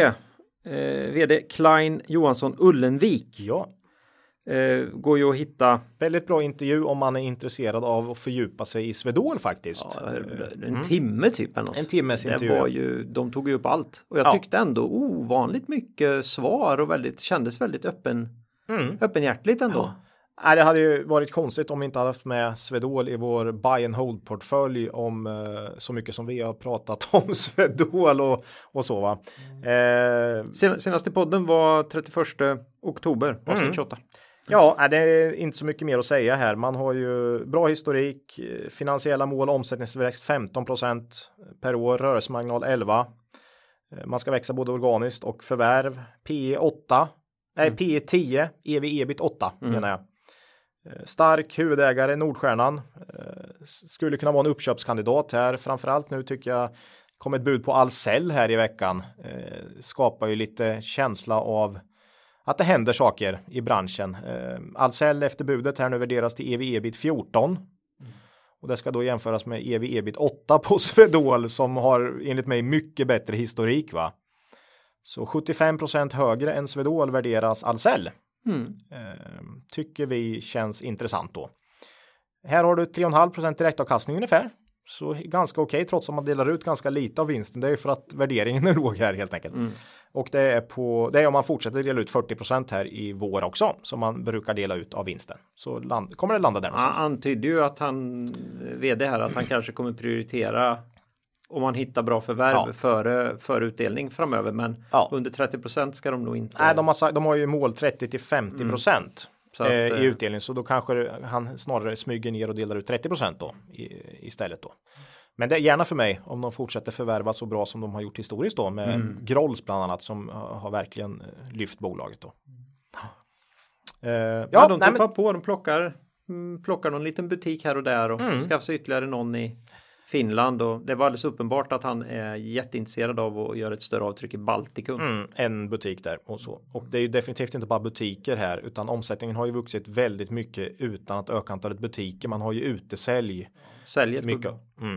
C: vd Klein Johansson Ullenvik.
B: Ja.
C: Går ju att hitta.
B: Väldigt bra intervju om man är intresserad av att fördjupa sig i Swedol faktiskt.
C: Ja, en timme typ eller något.
B: En timmes intervju.
C: Det var ju, de tog ju upp allt. Och jag tyckte ändå ovanligt mycket svar och kändes väldigt öppenhjärtligt ändå.
B: Ja. Nej, det hade ju varit konstigt om vi inte hade haft med Swedol i vår buy and hold portfölj om så mycket som vi har pratat om Swedol och så va.
C: Senaste podden var 31 oktober 28.
B: Ja, det är inte så mycket mer att säga här. Man har ju bra historik, finansiella mål, omsättningstillväxt 15% per år, rörelsemarginal 11. Man ska växa både organiskt och förvärv. PE 8. Nej, P 10, EV/EBIT 8 menar jag. Stark huvudägare, Nordstjärnan. Skulle kunna vara en uppköpskandidat här. Framförallt nu tycker jag kom ett bud på Ahlsell här i veckan. Skapar ju lite känsla av att det händer saker i branschen. Ahlsell efter budet här nu värderas till EV/EBIT 14. Och det ska då jämföras med EV/EBIT 8 på Swedol som har enligt mig mycket bättre historik va. Så 75% högre än Swedol värderas Ahlsell. Tycker vi känns intressant då. Här har du 3,5% direktavkastning ungefär. Så ganska okej trots att man delar ut ganska lite av vinsten. Det är för att värderingen är låg här helt enkelt. Och det är om man fortsätter dela ut 40% här i vår också. Som man brukar dela ut av vinsten. Så kommer det landa där någonstans.
C: Han antydde ju att vd här att han kanske kommer prioritera om man hittar bra förvärv före utdelning framöver. Men under 30% ska de nog inte.
B: Nej, de har ju mål 30-50% i utdelning. Så då kanske han snarare smyger ner och delar ut 30% då istället då. Men det är gärna för mig om de fortsätter förvärva så bra som de har gjort historiskt då. Med Grolls bland annat som har verkligen lyft bolaget då.
C: De tuffar på. De plockar någon liten butik här och där och skaffar sig ytterligare någon i Finland och det var alldeles uppenbart att han är jätteintresserad av att göra ett större avtryck i Baltikum.
B: En butik där och så. Och det är ju definitivt inte bara butiker här utan omsättningen har ju vuxit väldigt mycket utan att öka antalet butiker. Man har ju utesälj.
C: Säljet
B: mycket.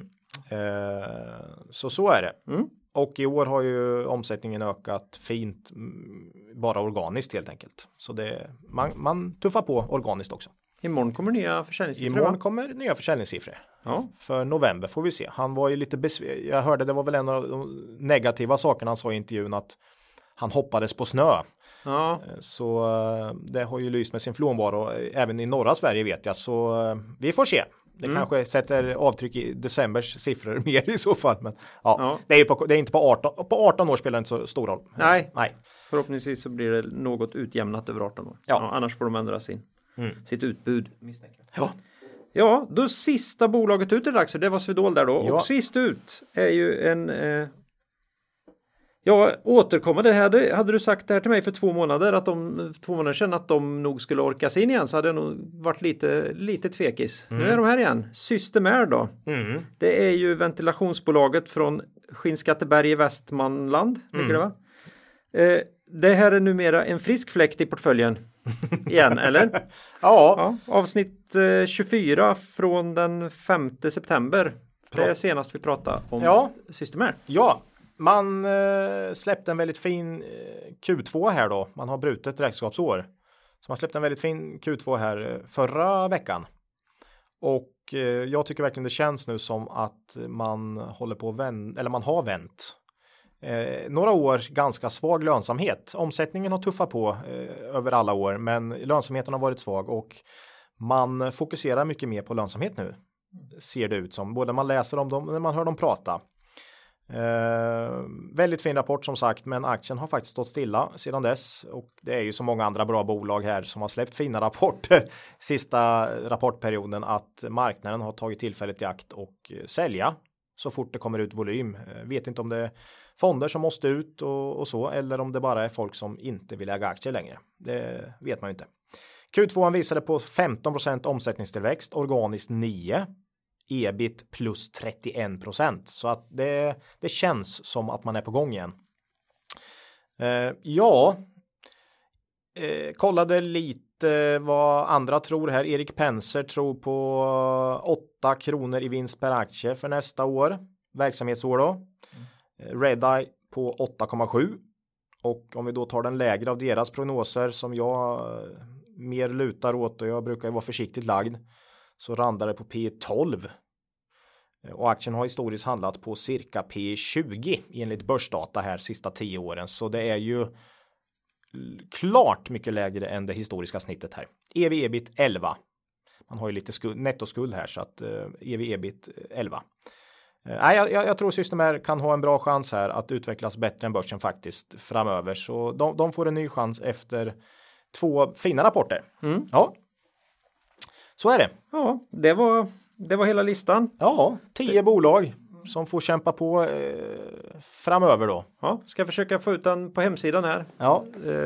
B: Så är det. Och i år har ju omsättningen ökat fint bara organiskt helt enkelt. Så man tuffar på organiskt också.
C: Imorgon kommer nya försäljningssiffror.
B: Imorgon kommer nya försäljningssiffror. Ja. För november får vi se. Han var ju lite jag hörde det var väl en av de negativa sakerna han sa i intervjun att han hoppades på snö. Ja. Så det har ju lyst med sin frånvaro även i norra Sverige vet jag. Så vi får se. Det kanske sätter avtryck i decembers siffror mer i så fall. Men det är inte på 18 år spelar det inte så stor roll.
C: Nej. Förhoppningsvis så blir det något utjämnat över 18 år. Ja. Annars får de ändra sitt utbud. Ja, då sista bolaget ut är dags för det var Swedol där då. Ja. Och sist ut är ju en återkommande. Hade du sagt det här till mig för 2 månader att 2 månader sedan att de nog skulle orkas in igen så hade jag nog varit lite tvekis. Nu är de här igen. Systemair då. Det är ju ventilationsbolaget från Skinnskatteberg i Västmanland. Ligger det va? Det här är numera en frisk fläkt i portföljen. Igen, eller?
B: Ja.
C: Avsnitt 24 från den 5 september. Det är senast vi pratade om Systemair.
B: Ja, man släppte en väldigt fin Q2 här då. Man har brutit räkenskapsår. Så man släppte en väldigt fin Q2 här förra veckan. Och jag tycker verkligen det känns nu som att man håller på att man har vänt. Några år ganska svag lönsamhet. Omsättningen har tuffat på över alla år, men lönsamheten har varit svag och man fokuserar mycket mer på lönsamhet nu. Ser det ut som, både när man läser om dem och när man hör dem prata. Väldigt fin rapport som sagt, men aktien har faktiskt stått stilla sedan dess och det är ju så många andra bra bolag här som har släppt fina rapporter sista rapportperioden att marknaden har tagit tillfället i akt och sälja så fort det kommer ut volym. Vet inte om det är fonder som måste ut och så eller om det bara är folk som inte vill äga aktier längre. Det vet man ju inte. Q2 visade på 15% omsättningstillväxt, organiskt 9%. EBIT plus 31%. Så att det känns som att man är på gång igen. Kollade lite vad andra tror här. Erik Penser tror på 8 kronor i vinst per aktie för nästa år. Verksamhetsår då. Redeye på 8,7. Och om vi då tar den lägre av deras prognoser som jag mer lutar åt och jag brukar ju vara försiktigt lagd. Så randar det på P12. Och aktien har historiskt handlat på cirka P20 enligt börsdata här sista 10 åren. Så det är ju klart mycket lägre än det historiska snittet här. EV-EBIT 11. Man har ju lite nettoskuld här så att EV-EBIT 11. Jag tror Systemair kan ha en bra chans här att utvecklas bättre än börsen faktiskt framöver. Så de får en ny chans efter 2 fina rapporter. Ja. Så är det.
C: Ja, det var hela listan.
B: Ja, 10 bolag som får kämpa på framöver då.
C: Ja, ska försöka få ut den på hemsidan här.
B: Ja.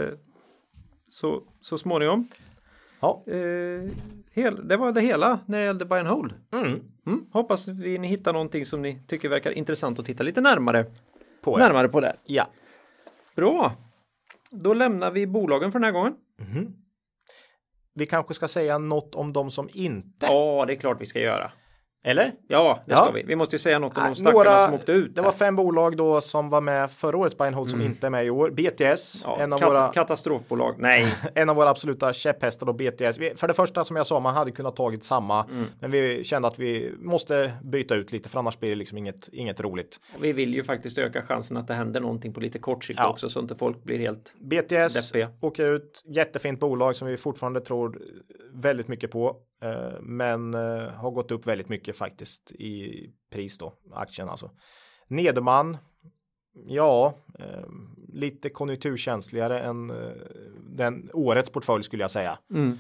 C: Så småningom.
B: Ja.
C: Det var det hela när det gällde buy and hold. Hoppas ni hittar någonting som ni tycker verkar intressant att titta lite närmare på det.
B: Ja.
C: Bra. Då lämnar vi bolagen för den här gången.
B: Vi kanske ska säga något om de som inte.
C: Ja, det är klart vi ska göra.
B: Eller?
C: Ja, det ska vi. Vi måste ju säga något om de stackarna som åkte ut.
B: Det var 5 bolag då som var med förra årets buy and hold som inte är med i år. BTS,
C: en av våra katastrofbolag. Nej.
B: En av våra absoluta käpphästar då, BTS. För det första som jag sa, man hade kunnat tagit samma. Men vi kände att vi måste byta ut lite för annars blir det liksom inget roligt.
C: Vi vill ju faktiskt öka chansen att det händer någonting på lite kort sikt också så att inte folk blir helt
B: BTS
C: deppiga.
B: Åker ut. Jättefint bolag som vi fortfarande tror väldigt mycket på. Men har gått upp väldigt mycket faktiskt i pris då, aktien alltså. Nederman, lite konjunkturkänsligare än den årets portfölj skulle jag säga.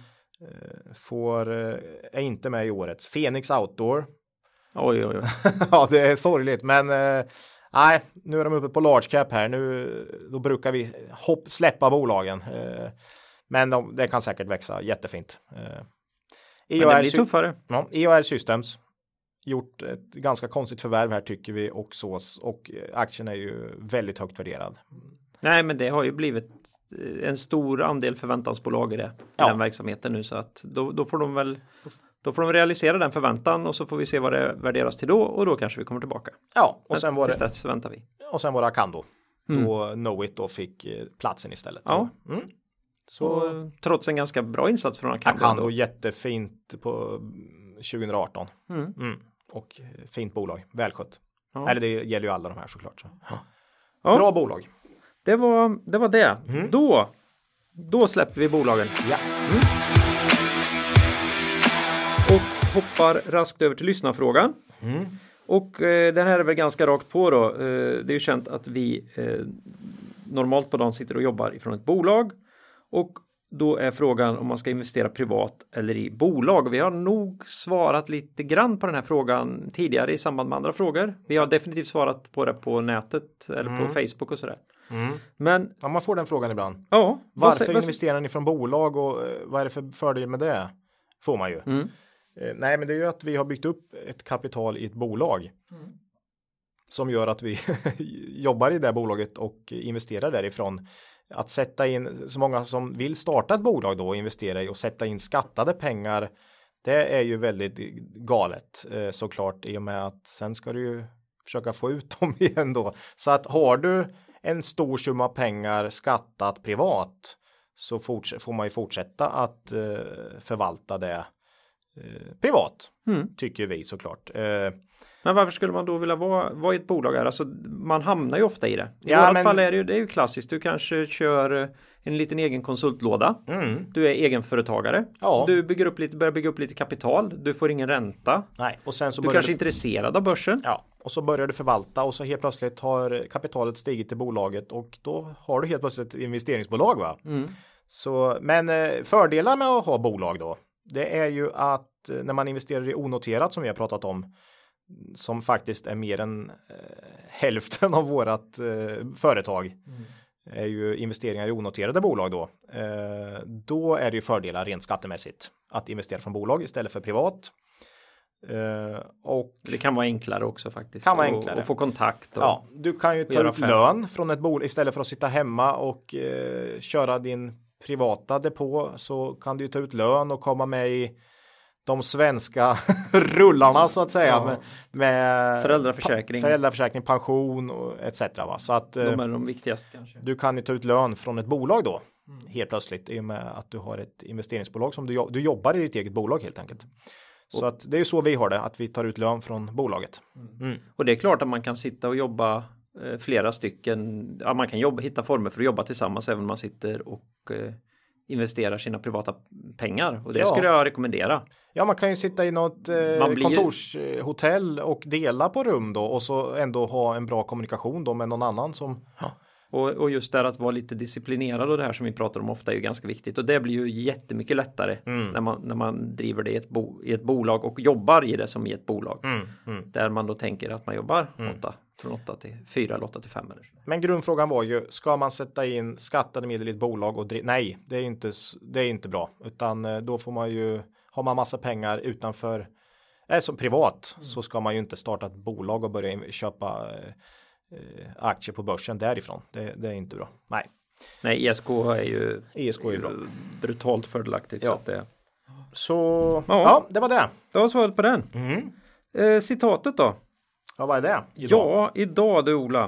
B: Är inte med i årets. Phoenix Outdoor.
C: Oj.
B: Ja, det är sorgligt, men nej, nu är de uppe på large cap här. Då brukar vi släppa bolagen. Men det kan säkert växa jättefint.
C: Men det blir tuffare.
B: Ja, EOR Systems gjort ett ganska konstigt förvärv här tycker vi och aktien är ju väldigt högt värderad.
C: Nej, men det har ju blivit en stor andel förväntansbolag i den verksamheten nu så att då får de realisera den förväntan och så får vi se vad det värderas till då och då kanske vi kommer tillbaka.
B: Ja, och sen var
C: det förväntar vi.
B: Och sen var det Acando. Då Knowit då fick platsen istället.
C: Ja. Så trots en ganska bra insats från
B: Acando jättefint på 2018. Och fint bolag, välskött. Ja. Eller det gäller ju alla de här såklart. Så. Ja. Bra bolag.
C: Det var det. Då släpper vi bolagen.
B: Ja.
C: Och hoppar raskt över till lyssnarfrågan. Och den här är väl ganska rakt på då. Det är ju känt att vi normalt på dagen sitter och jobbar ifrån ett bolag. Och då är frågan om man ska investera privat eller i bolag. Vi har nog svarat lite grann på den här frågan tidigare i samband med andra frågor. Vi har definitivt svarat på det på nätet eller på Facebook och sådär. Men
B: man får den frågan ibland.
C: Ja,
B: varför investerar ni från bolag och vad är det för fördel med det? Får man ju. Nej, men det är ju att vi har byggt upp ett kapital i ett bolag. Som gör att vi jobbar i det bolaget och investerar därifrån. Att sätta in så många som vill starta ett bolag då och investera i och sätta in skattade pengar, det är ju väldigt galet såklart i och med att sen ska du ju försöka få ut dem igen då. Så att har du en stor summa pengar skattat privat så får man ju fortsätta att förvalta det privat, tycker vi såklart.
C: Men varför skulle man då vilja vara i ett bolag här? Alltså, man hamnar ju ofta i det. I alla fall är det är ju klassiskt. Du kanske kör en liten egen konsultlåda. Du är egenföretagare. Ja. Du börjar bygga upp lite kapital. Du får ingen ränta.
B: Nej. Och sen så
C: du kanske är intresserad av börsen.
B: Ja. Och så börjar du förvalta och så helt plötsligt har kapitalet stigit till bolaget och då har du helt plötsligt ett investeringsbolag, va? Så, men fördelar med att ha bolag då, det är ju att när man investerar i onoterat som vi har pratat om, som faktiskt är mer än hälften av vårat företag, är ju investeringar i onoterade bolag då. Då är det ju fördelar rent skattemässigt att investera från bolag istället för privat. Och
C: det kan vara enklare också faktiskt.
B: Kan vara enklare.
C: Och få kontakt.
B: Du kan ju ta ut lön från ett bolag istället för att sitta hemma och köra din privata depå, så kan du ta ut lön och komma med i de svenska rullarna så att säga, med föräldraförsäkring, pension och etc. Va? Så att,
C: de är de viktigaste kanske.
B: Du kan ju ta ut lön från ett bolag då helt plötsligt i och med att du har ett investeringsbolag som du jobbar i ditt eget bolag helt enkelt. Så att det är ju så vi har det, att vi tar ut lön från bolaget.
C: Och det är klart att man kan sitta och jobba flera stycken, man kan hitta former för att jobba tillsammans även om man sitter och investerar sina privata pengar, och det skulle jag rekommendera. Ja,
B: man kan ju sitta i något kontorshotell och dela på rum då, och så ändå ha en bra kommunikation då med någon annan som...
C: Och just där att vara lite disciplinerad och det här som vi pratar om ofta är ju ganska viktigt, och det blir ju jättemycket lättare när man driver det i ett bolag och jobbar i det som i ett bolag. Där man då tänker att man jobbar från 8 till 4 eller 8 till 5 eller så.
B: Men grundfrågan var ju, ska man sätta in skattade medel i ett bolag och nej, det är inte bra, utan då får man ju, har man massa pengar utanför, som privat, så ska man ju inte starta ett bolag och börja köpa aktier på börsen därifrån. Det är inte bra.
C: Nej, ESK är ju
B: bra.
C: Brutalt fördelaktigt.
B: Ja.
C: Så att det...
B: det var det.
C: Det var svaret på den. Citatet då?
B: Ja, vad är det?
C: Idag du Ola.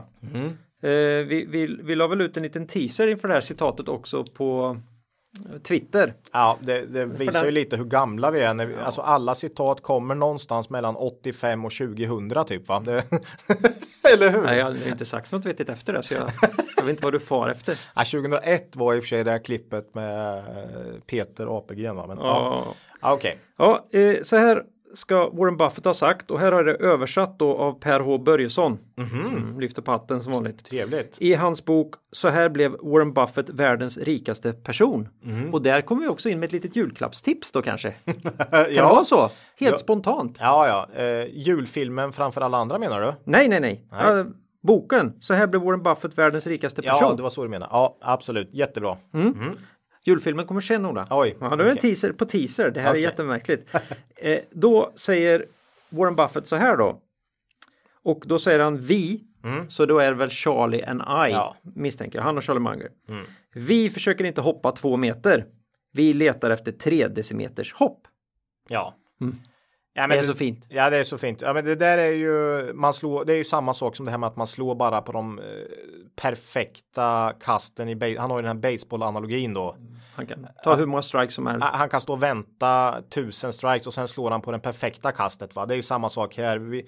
C: Vi la väl ut en liten teaser inför det här citatet också på Twitter.
B: Ja, det visar ju lite hur gamla vi är. Alltså alla citat kommer någonstans mellan 85 och 2000 typ, va? Eller hur?
C: Nej, jag har inte sagt något vettigt efter det, så jag vet inte vad du far efter.
B: 2001 var i och för sig det här klippet med Peter Apelgren, va? Men, okej.
C: Ja, så här ska Warren Buffett ha sagt, och här har det översatt då av Per H. Börjesson. Lyfter på hatten som vanligt.
B: Trevligt.
C: I hans bok Så här blev Warren Buffett världens rikaste person. Och där kommer vi också in med ett litet julklappstips då kanske. Kan det vara så? Helt spontant.
B: Julfilmen framför alla andra menar du?
C: Nej. Boken Så här blev Warren Buffett världens rikaste person.
B: Ja, det var så du menar. Ja, absolut. Jättebra.
C: Julfilmen kommer sen, Ola.
B: Oj.
C: Ja, då är det teaser på teaser. Det här är jättemärkligt. Då säger Warren Buffett så här då. Och då säger han vi. Så då är det väl Charlie and I, misstänker. Han och Charlie Munger. Vi försöker inte hoppa 2 meter. Vi letar efter 3 decimeters hopp.
B: Ja.
C: Ja, men det är så fint.
B: Ja, det är så fint. Ja, men det där är ju, det är ju samma sak som det här med att man slår bara på de perfekta kasten han har ju den här baseball-analogin då.
C: Han kan ta hur många strikes som helst.
B: Han kan stå och vänta 1000 strikes och sen slår han på den perfekta kastet, va? Det är ju samma sak här.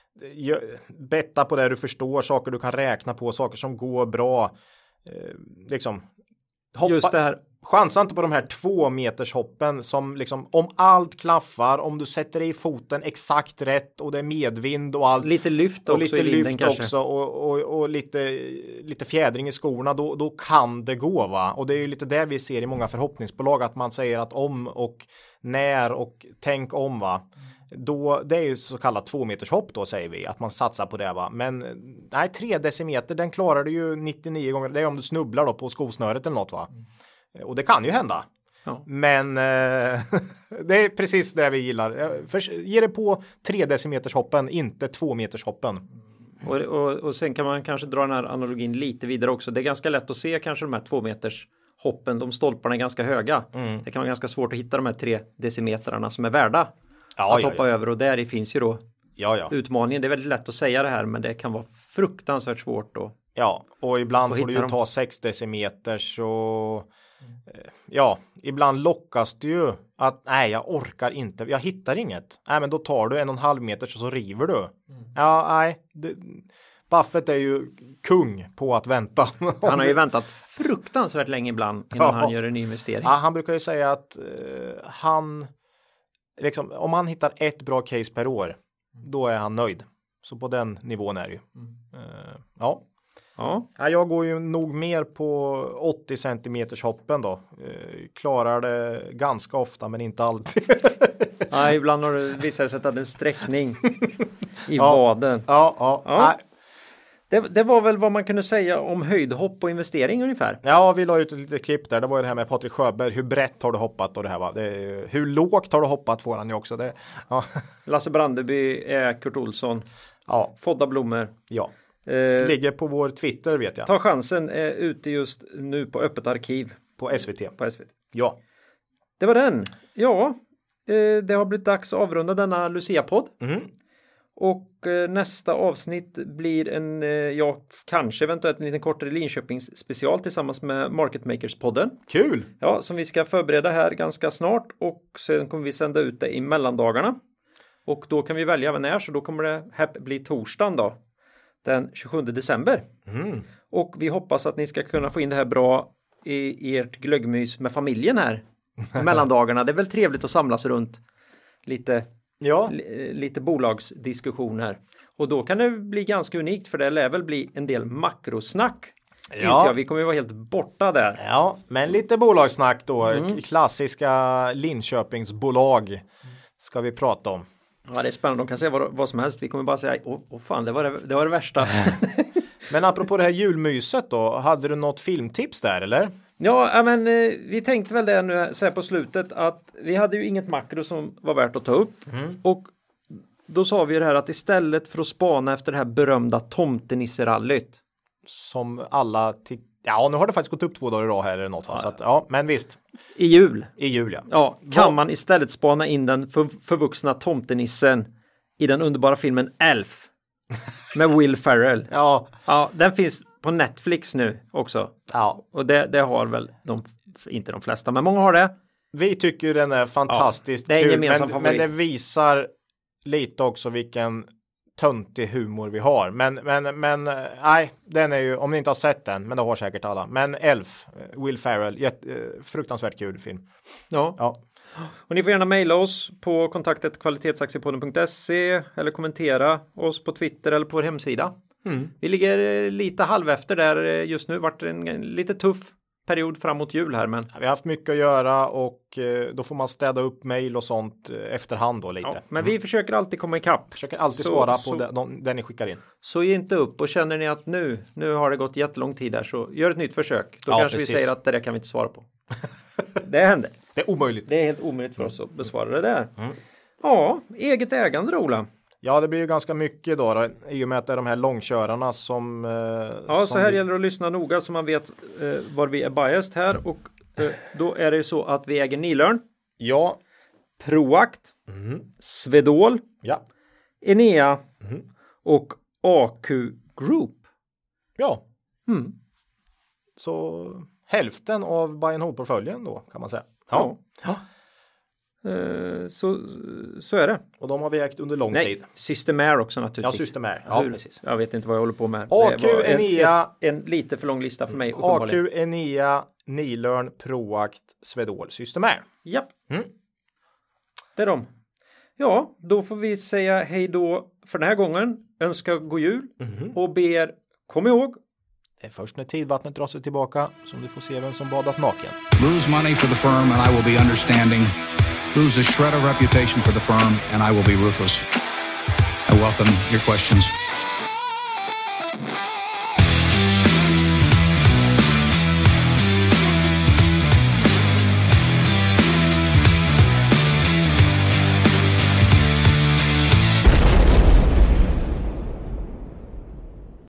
B: Betta på det du förstår, saker du kan räkna på, saker som går bra. Liksom hoppa. Just det här. Chansa inte på de här 2 meters hoppen som liksom, om allt klaffar, om du sätter i foten exakt rätt och det är medvind och allt.
C: Lite lyft också, och lite lyft
B: också och lite fjädring i skorna, då kan det gå, va? Och det är ju lite det vi ser i många förhoppningsbolag, att man säger att om och när och tänk om, va? Då, det är ju så kallat 2 meters hopp då, säger vi, att man satsar på det, va? Men nej, 3 decimeter, den klarar du ju 99 gånger. Det är om du snubblar då på skosnöret eller något, va? Och det kan ju hända. Ja. Men det är precis det vi gillar. Ge det på 3 decimeters hoppen, inte 2 meters hoppen.
C: Och sen kan man kanske dra den här analogin lite vidare också. Det är ganska lätt att se kanske de här 2 meters hoppen. De stolparna är ganska höga. Det kan vara ganska svårt att hitta de här 3 decimeterna som är värda att hoppa över. Och där finns ju då utmaningen. Det är väldigt lätt att säga det här, men det kan vara fruktansvärt svårt då. Ja, och ibland får du ju ta 6 decimeter så... Ja, ibland lockas du ju
B: Att nej, jag orkar inte. Jag hittar inget. Nej, men då tar du 1,5 meter så river du. Ja, nej. Buffett är ju kung på att vänta.
C: Han har ju väntat fruktansvärt länge ibland innan han gör en ny investering.
B: Ja, han brukar ju säga att han liksom, om han hittar ett bra case per år, då är han nöjd. Så på den nivån är det ju. Ja. Jag går ju nog mer på 80 centimeters hoppen då. Klarar det ganska ofta, men inte alltid.
C: Ja, ibland har du visat sig att en sträckning i vaden.
B: Ja.
C: Det var väl vad man kunde säga om höjdhopp och investering ungefär.
B: Ja, vi la ut ett litet klipp där. Det var ju det här med Patrik Sjöberg. Hur brett har du hoppat och det här va? Hur lågt har du hoppat får han ju också.
C: Lasse Brandeby är Kurt Olsson.
B: Ja.
C: Fodda blommor.
B: Ja. Ligger på vår Twitter vet jag.
C: Ta chansen är ute just nu på öppet arkiv.
B: På SVT. Ja.
C: Det var den. Ja. Det har blivit dags att avrunda denna Lucia-podd. Och nästa avsnitt blir kanske eventuellt en liten kortare Linköpings special tillsammans med Market Makers-podden.
B: Kul!
C: Ja, som vi ska förbereda här ganska snart och sen kommer vi sända ut det i mellandagarna. Och då kan vi välja när, så då kommer det bli torsdagen då, den 27 december. Och vi hoppas att ni ska kunna få in det här bra i ert glöggmys med familjen här i mellandagarna. Det är väl trevligt att samlas runt lite bolagsdiskussioner. Och då kan det bli ganska unikt, för det lär väl bli en del makrosnack. Ja. Vi kommer ju vara helt borta där.
B: Ja, men lite bolagssnack då. Klassiska Linköpingsbolag ska vi prata om.
C: Ja, det är spännande. De kan säga vad som helst. Vi kommer bara säga, fan, det var det värsta.
B: Men apropå det här julmyset då, hade du något filmtips där eller?
C: Ja, men vi tänkte väl det nu så här på slutet att vi hade ju inget makro som var värt att ta upp. Och då sa vi det här att istället för att spana efter det här berömda tomtenisserallyt.
B: Som alla nu har det faktiskt gått upp 2 dagar idag här eller något. Så att, men visst.
C: I jul,
B: ja.
C: Ja, kan man istället spana in den förvuxna tomtenissen i den underbara filmen Elf. Med Will Ferrell.
B: Ja,
C: den finns på Netflix nu också.
B: Ja.
C: Och det har väl inte de flesta, men många har det.
B: Vi tycker den är fantastiskt
C: det är
B: kul,
C: men
B: det visar lite också vilken töntig humor vi har. Men nej, den är ju, om ni inte har sett den, men det har säkert alla. Men Elf, Will Ferrell, fruktansvärt kul film.
C: Ja. Och ni får gärna mejla oss på kontaktet kvalitetsaktiepodden.se eller kommentera oss på Twitter eller på vår hemsida. Vi ligger lite halv efter där just nu. Vart en lite tuff period fram mot jul här. Men
B: vi har haft mycket att göra och då får man städa upp mejl och sånt efterhand då lite.
C: Ja, men vi försöker alltid komma ikapp.
B: Försöker alltid svara på det ni skickar in.
C: Så ge inte upp, och känner ni att nu har det gått jättelång tid där, så gör ett nytt försök. Då kanske precis. Vi säger att det där kan vi inte svara på. Det händer.
B: Det är omöjligt.
C: Det är helt omöjligt för oss att besvara det där. Ja, eget ägande då, Ola.
B: Ja, det blir ju ganska mycket då i och med att det är de här långkörarna som...
C: så här gäller det att lyssna noga så man vet var vi är biased här. Och då är det ju så att vi äger Nilörn.
B: Ja.
C: Proact. Swedol.
B: Ja.
C: Enea. Och AQ Group.
B: Ja. Så hälften av buy and hold-portföljen då kan man säga. Ja.
C: Så är det.
B: Och de har vi ägt under lång tid.
C: Systemair också naturligtvis.
B: Ja, Systemair. Ja, precis.
C: Jag vet inte vad jag håller på med.
B: AQ, Enea.
C: En lite för lång lista för mig.
B: AQ, Enea, Nilörn, Proact, Swedol, Systemair.
C: Japp. Det är de. Ja, då får vi säga hej då för den här gången. Önska god jul. Och ber, kom ihåg.
B: Det är först när tidvattnet drar sig tillbaka som du får se vem som badat naken.
A: Lose money for the firm and I will be understanding. Lose a shred of reputation for the firm and I will be ruthless. I welcome your questions.